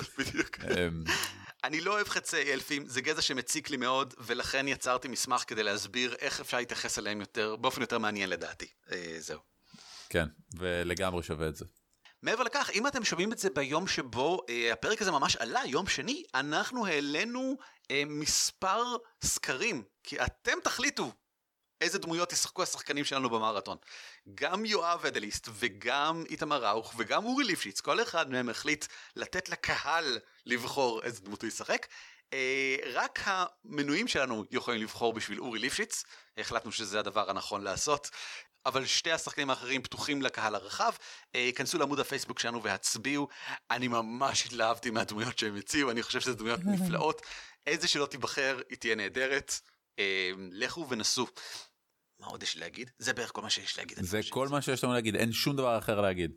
אני לא אוהב חצי אלפים, זה גזע שמציק לי מאוד, ולכן יצרתי מסמך כדי להסביר איך אפשר להתייחס אליהם באופן יותר מעניין לדעתי. זהו. כן, ולגמרי שווה את זה. מעבר לכך, אם אתם שומעים את זה ביום שבו הפרק הזה ממש עלה, יום שני, אנחנו העלינו מספר סקרים, כי אתם תחליטו איזה דמויות ישחקו השחקנים שלנו במרתון. גם יואב אדליסט וגם איתמר ראוך וגם אורי ליפשיץ, כל אחד מהם החליט לתת לקהל לבחור איזה דמות הוא ישחק. רק המנויים שלנו יכולים לבחור בשביל אורי ליפשיץ, החלטנו שזה הדבר הנכון לעשות. אבל שתי השחקנים האחרים פתוחים לקהל הרחב. כנסו לעמוד הפייסבוק שלנו והצביעו. אני ממש התלהבתי מהדמויות שהם הציעו, אני חושב שזה דמויות נפלאות. איזה שלא תיבחר, היא תהיה נהדרת. לכו ונסו. מה עוד יש להגיד? זה בערך כל מה שיש להגיד. זה כל מה שיש לנו להגיד, אין שום דבר אחר להגיד.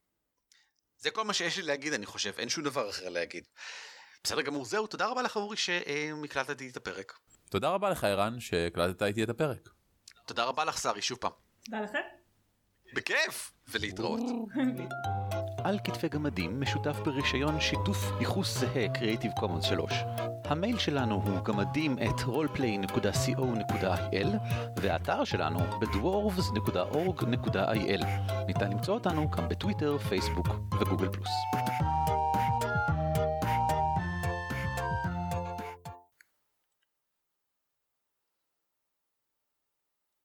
זה כל מה שיש לי להגיד, אני חושב, אין שום דבר אחר להגיד. בסדר גמור, זהו, תודה רבה לך אורי שהקלטת איתי את הפרק. תודה רבה לך ערן שהקלטת איתי את הפרק. תודה רבה לך שרי, שוב פעם. תודה לכם. בכיף, ולהתראות. על כתפי גמדים משותף ברישיון שיתוף ייחוס זהה Creative Commons 3. המייל שלנו הוא gamadim@roleplay.co.il והאתר שלנו בדוורבס.org.il. ניתן למצוא אותנו גם בטוויטר, פייסבוק וגוגל פלוס.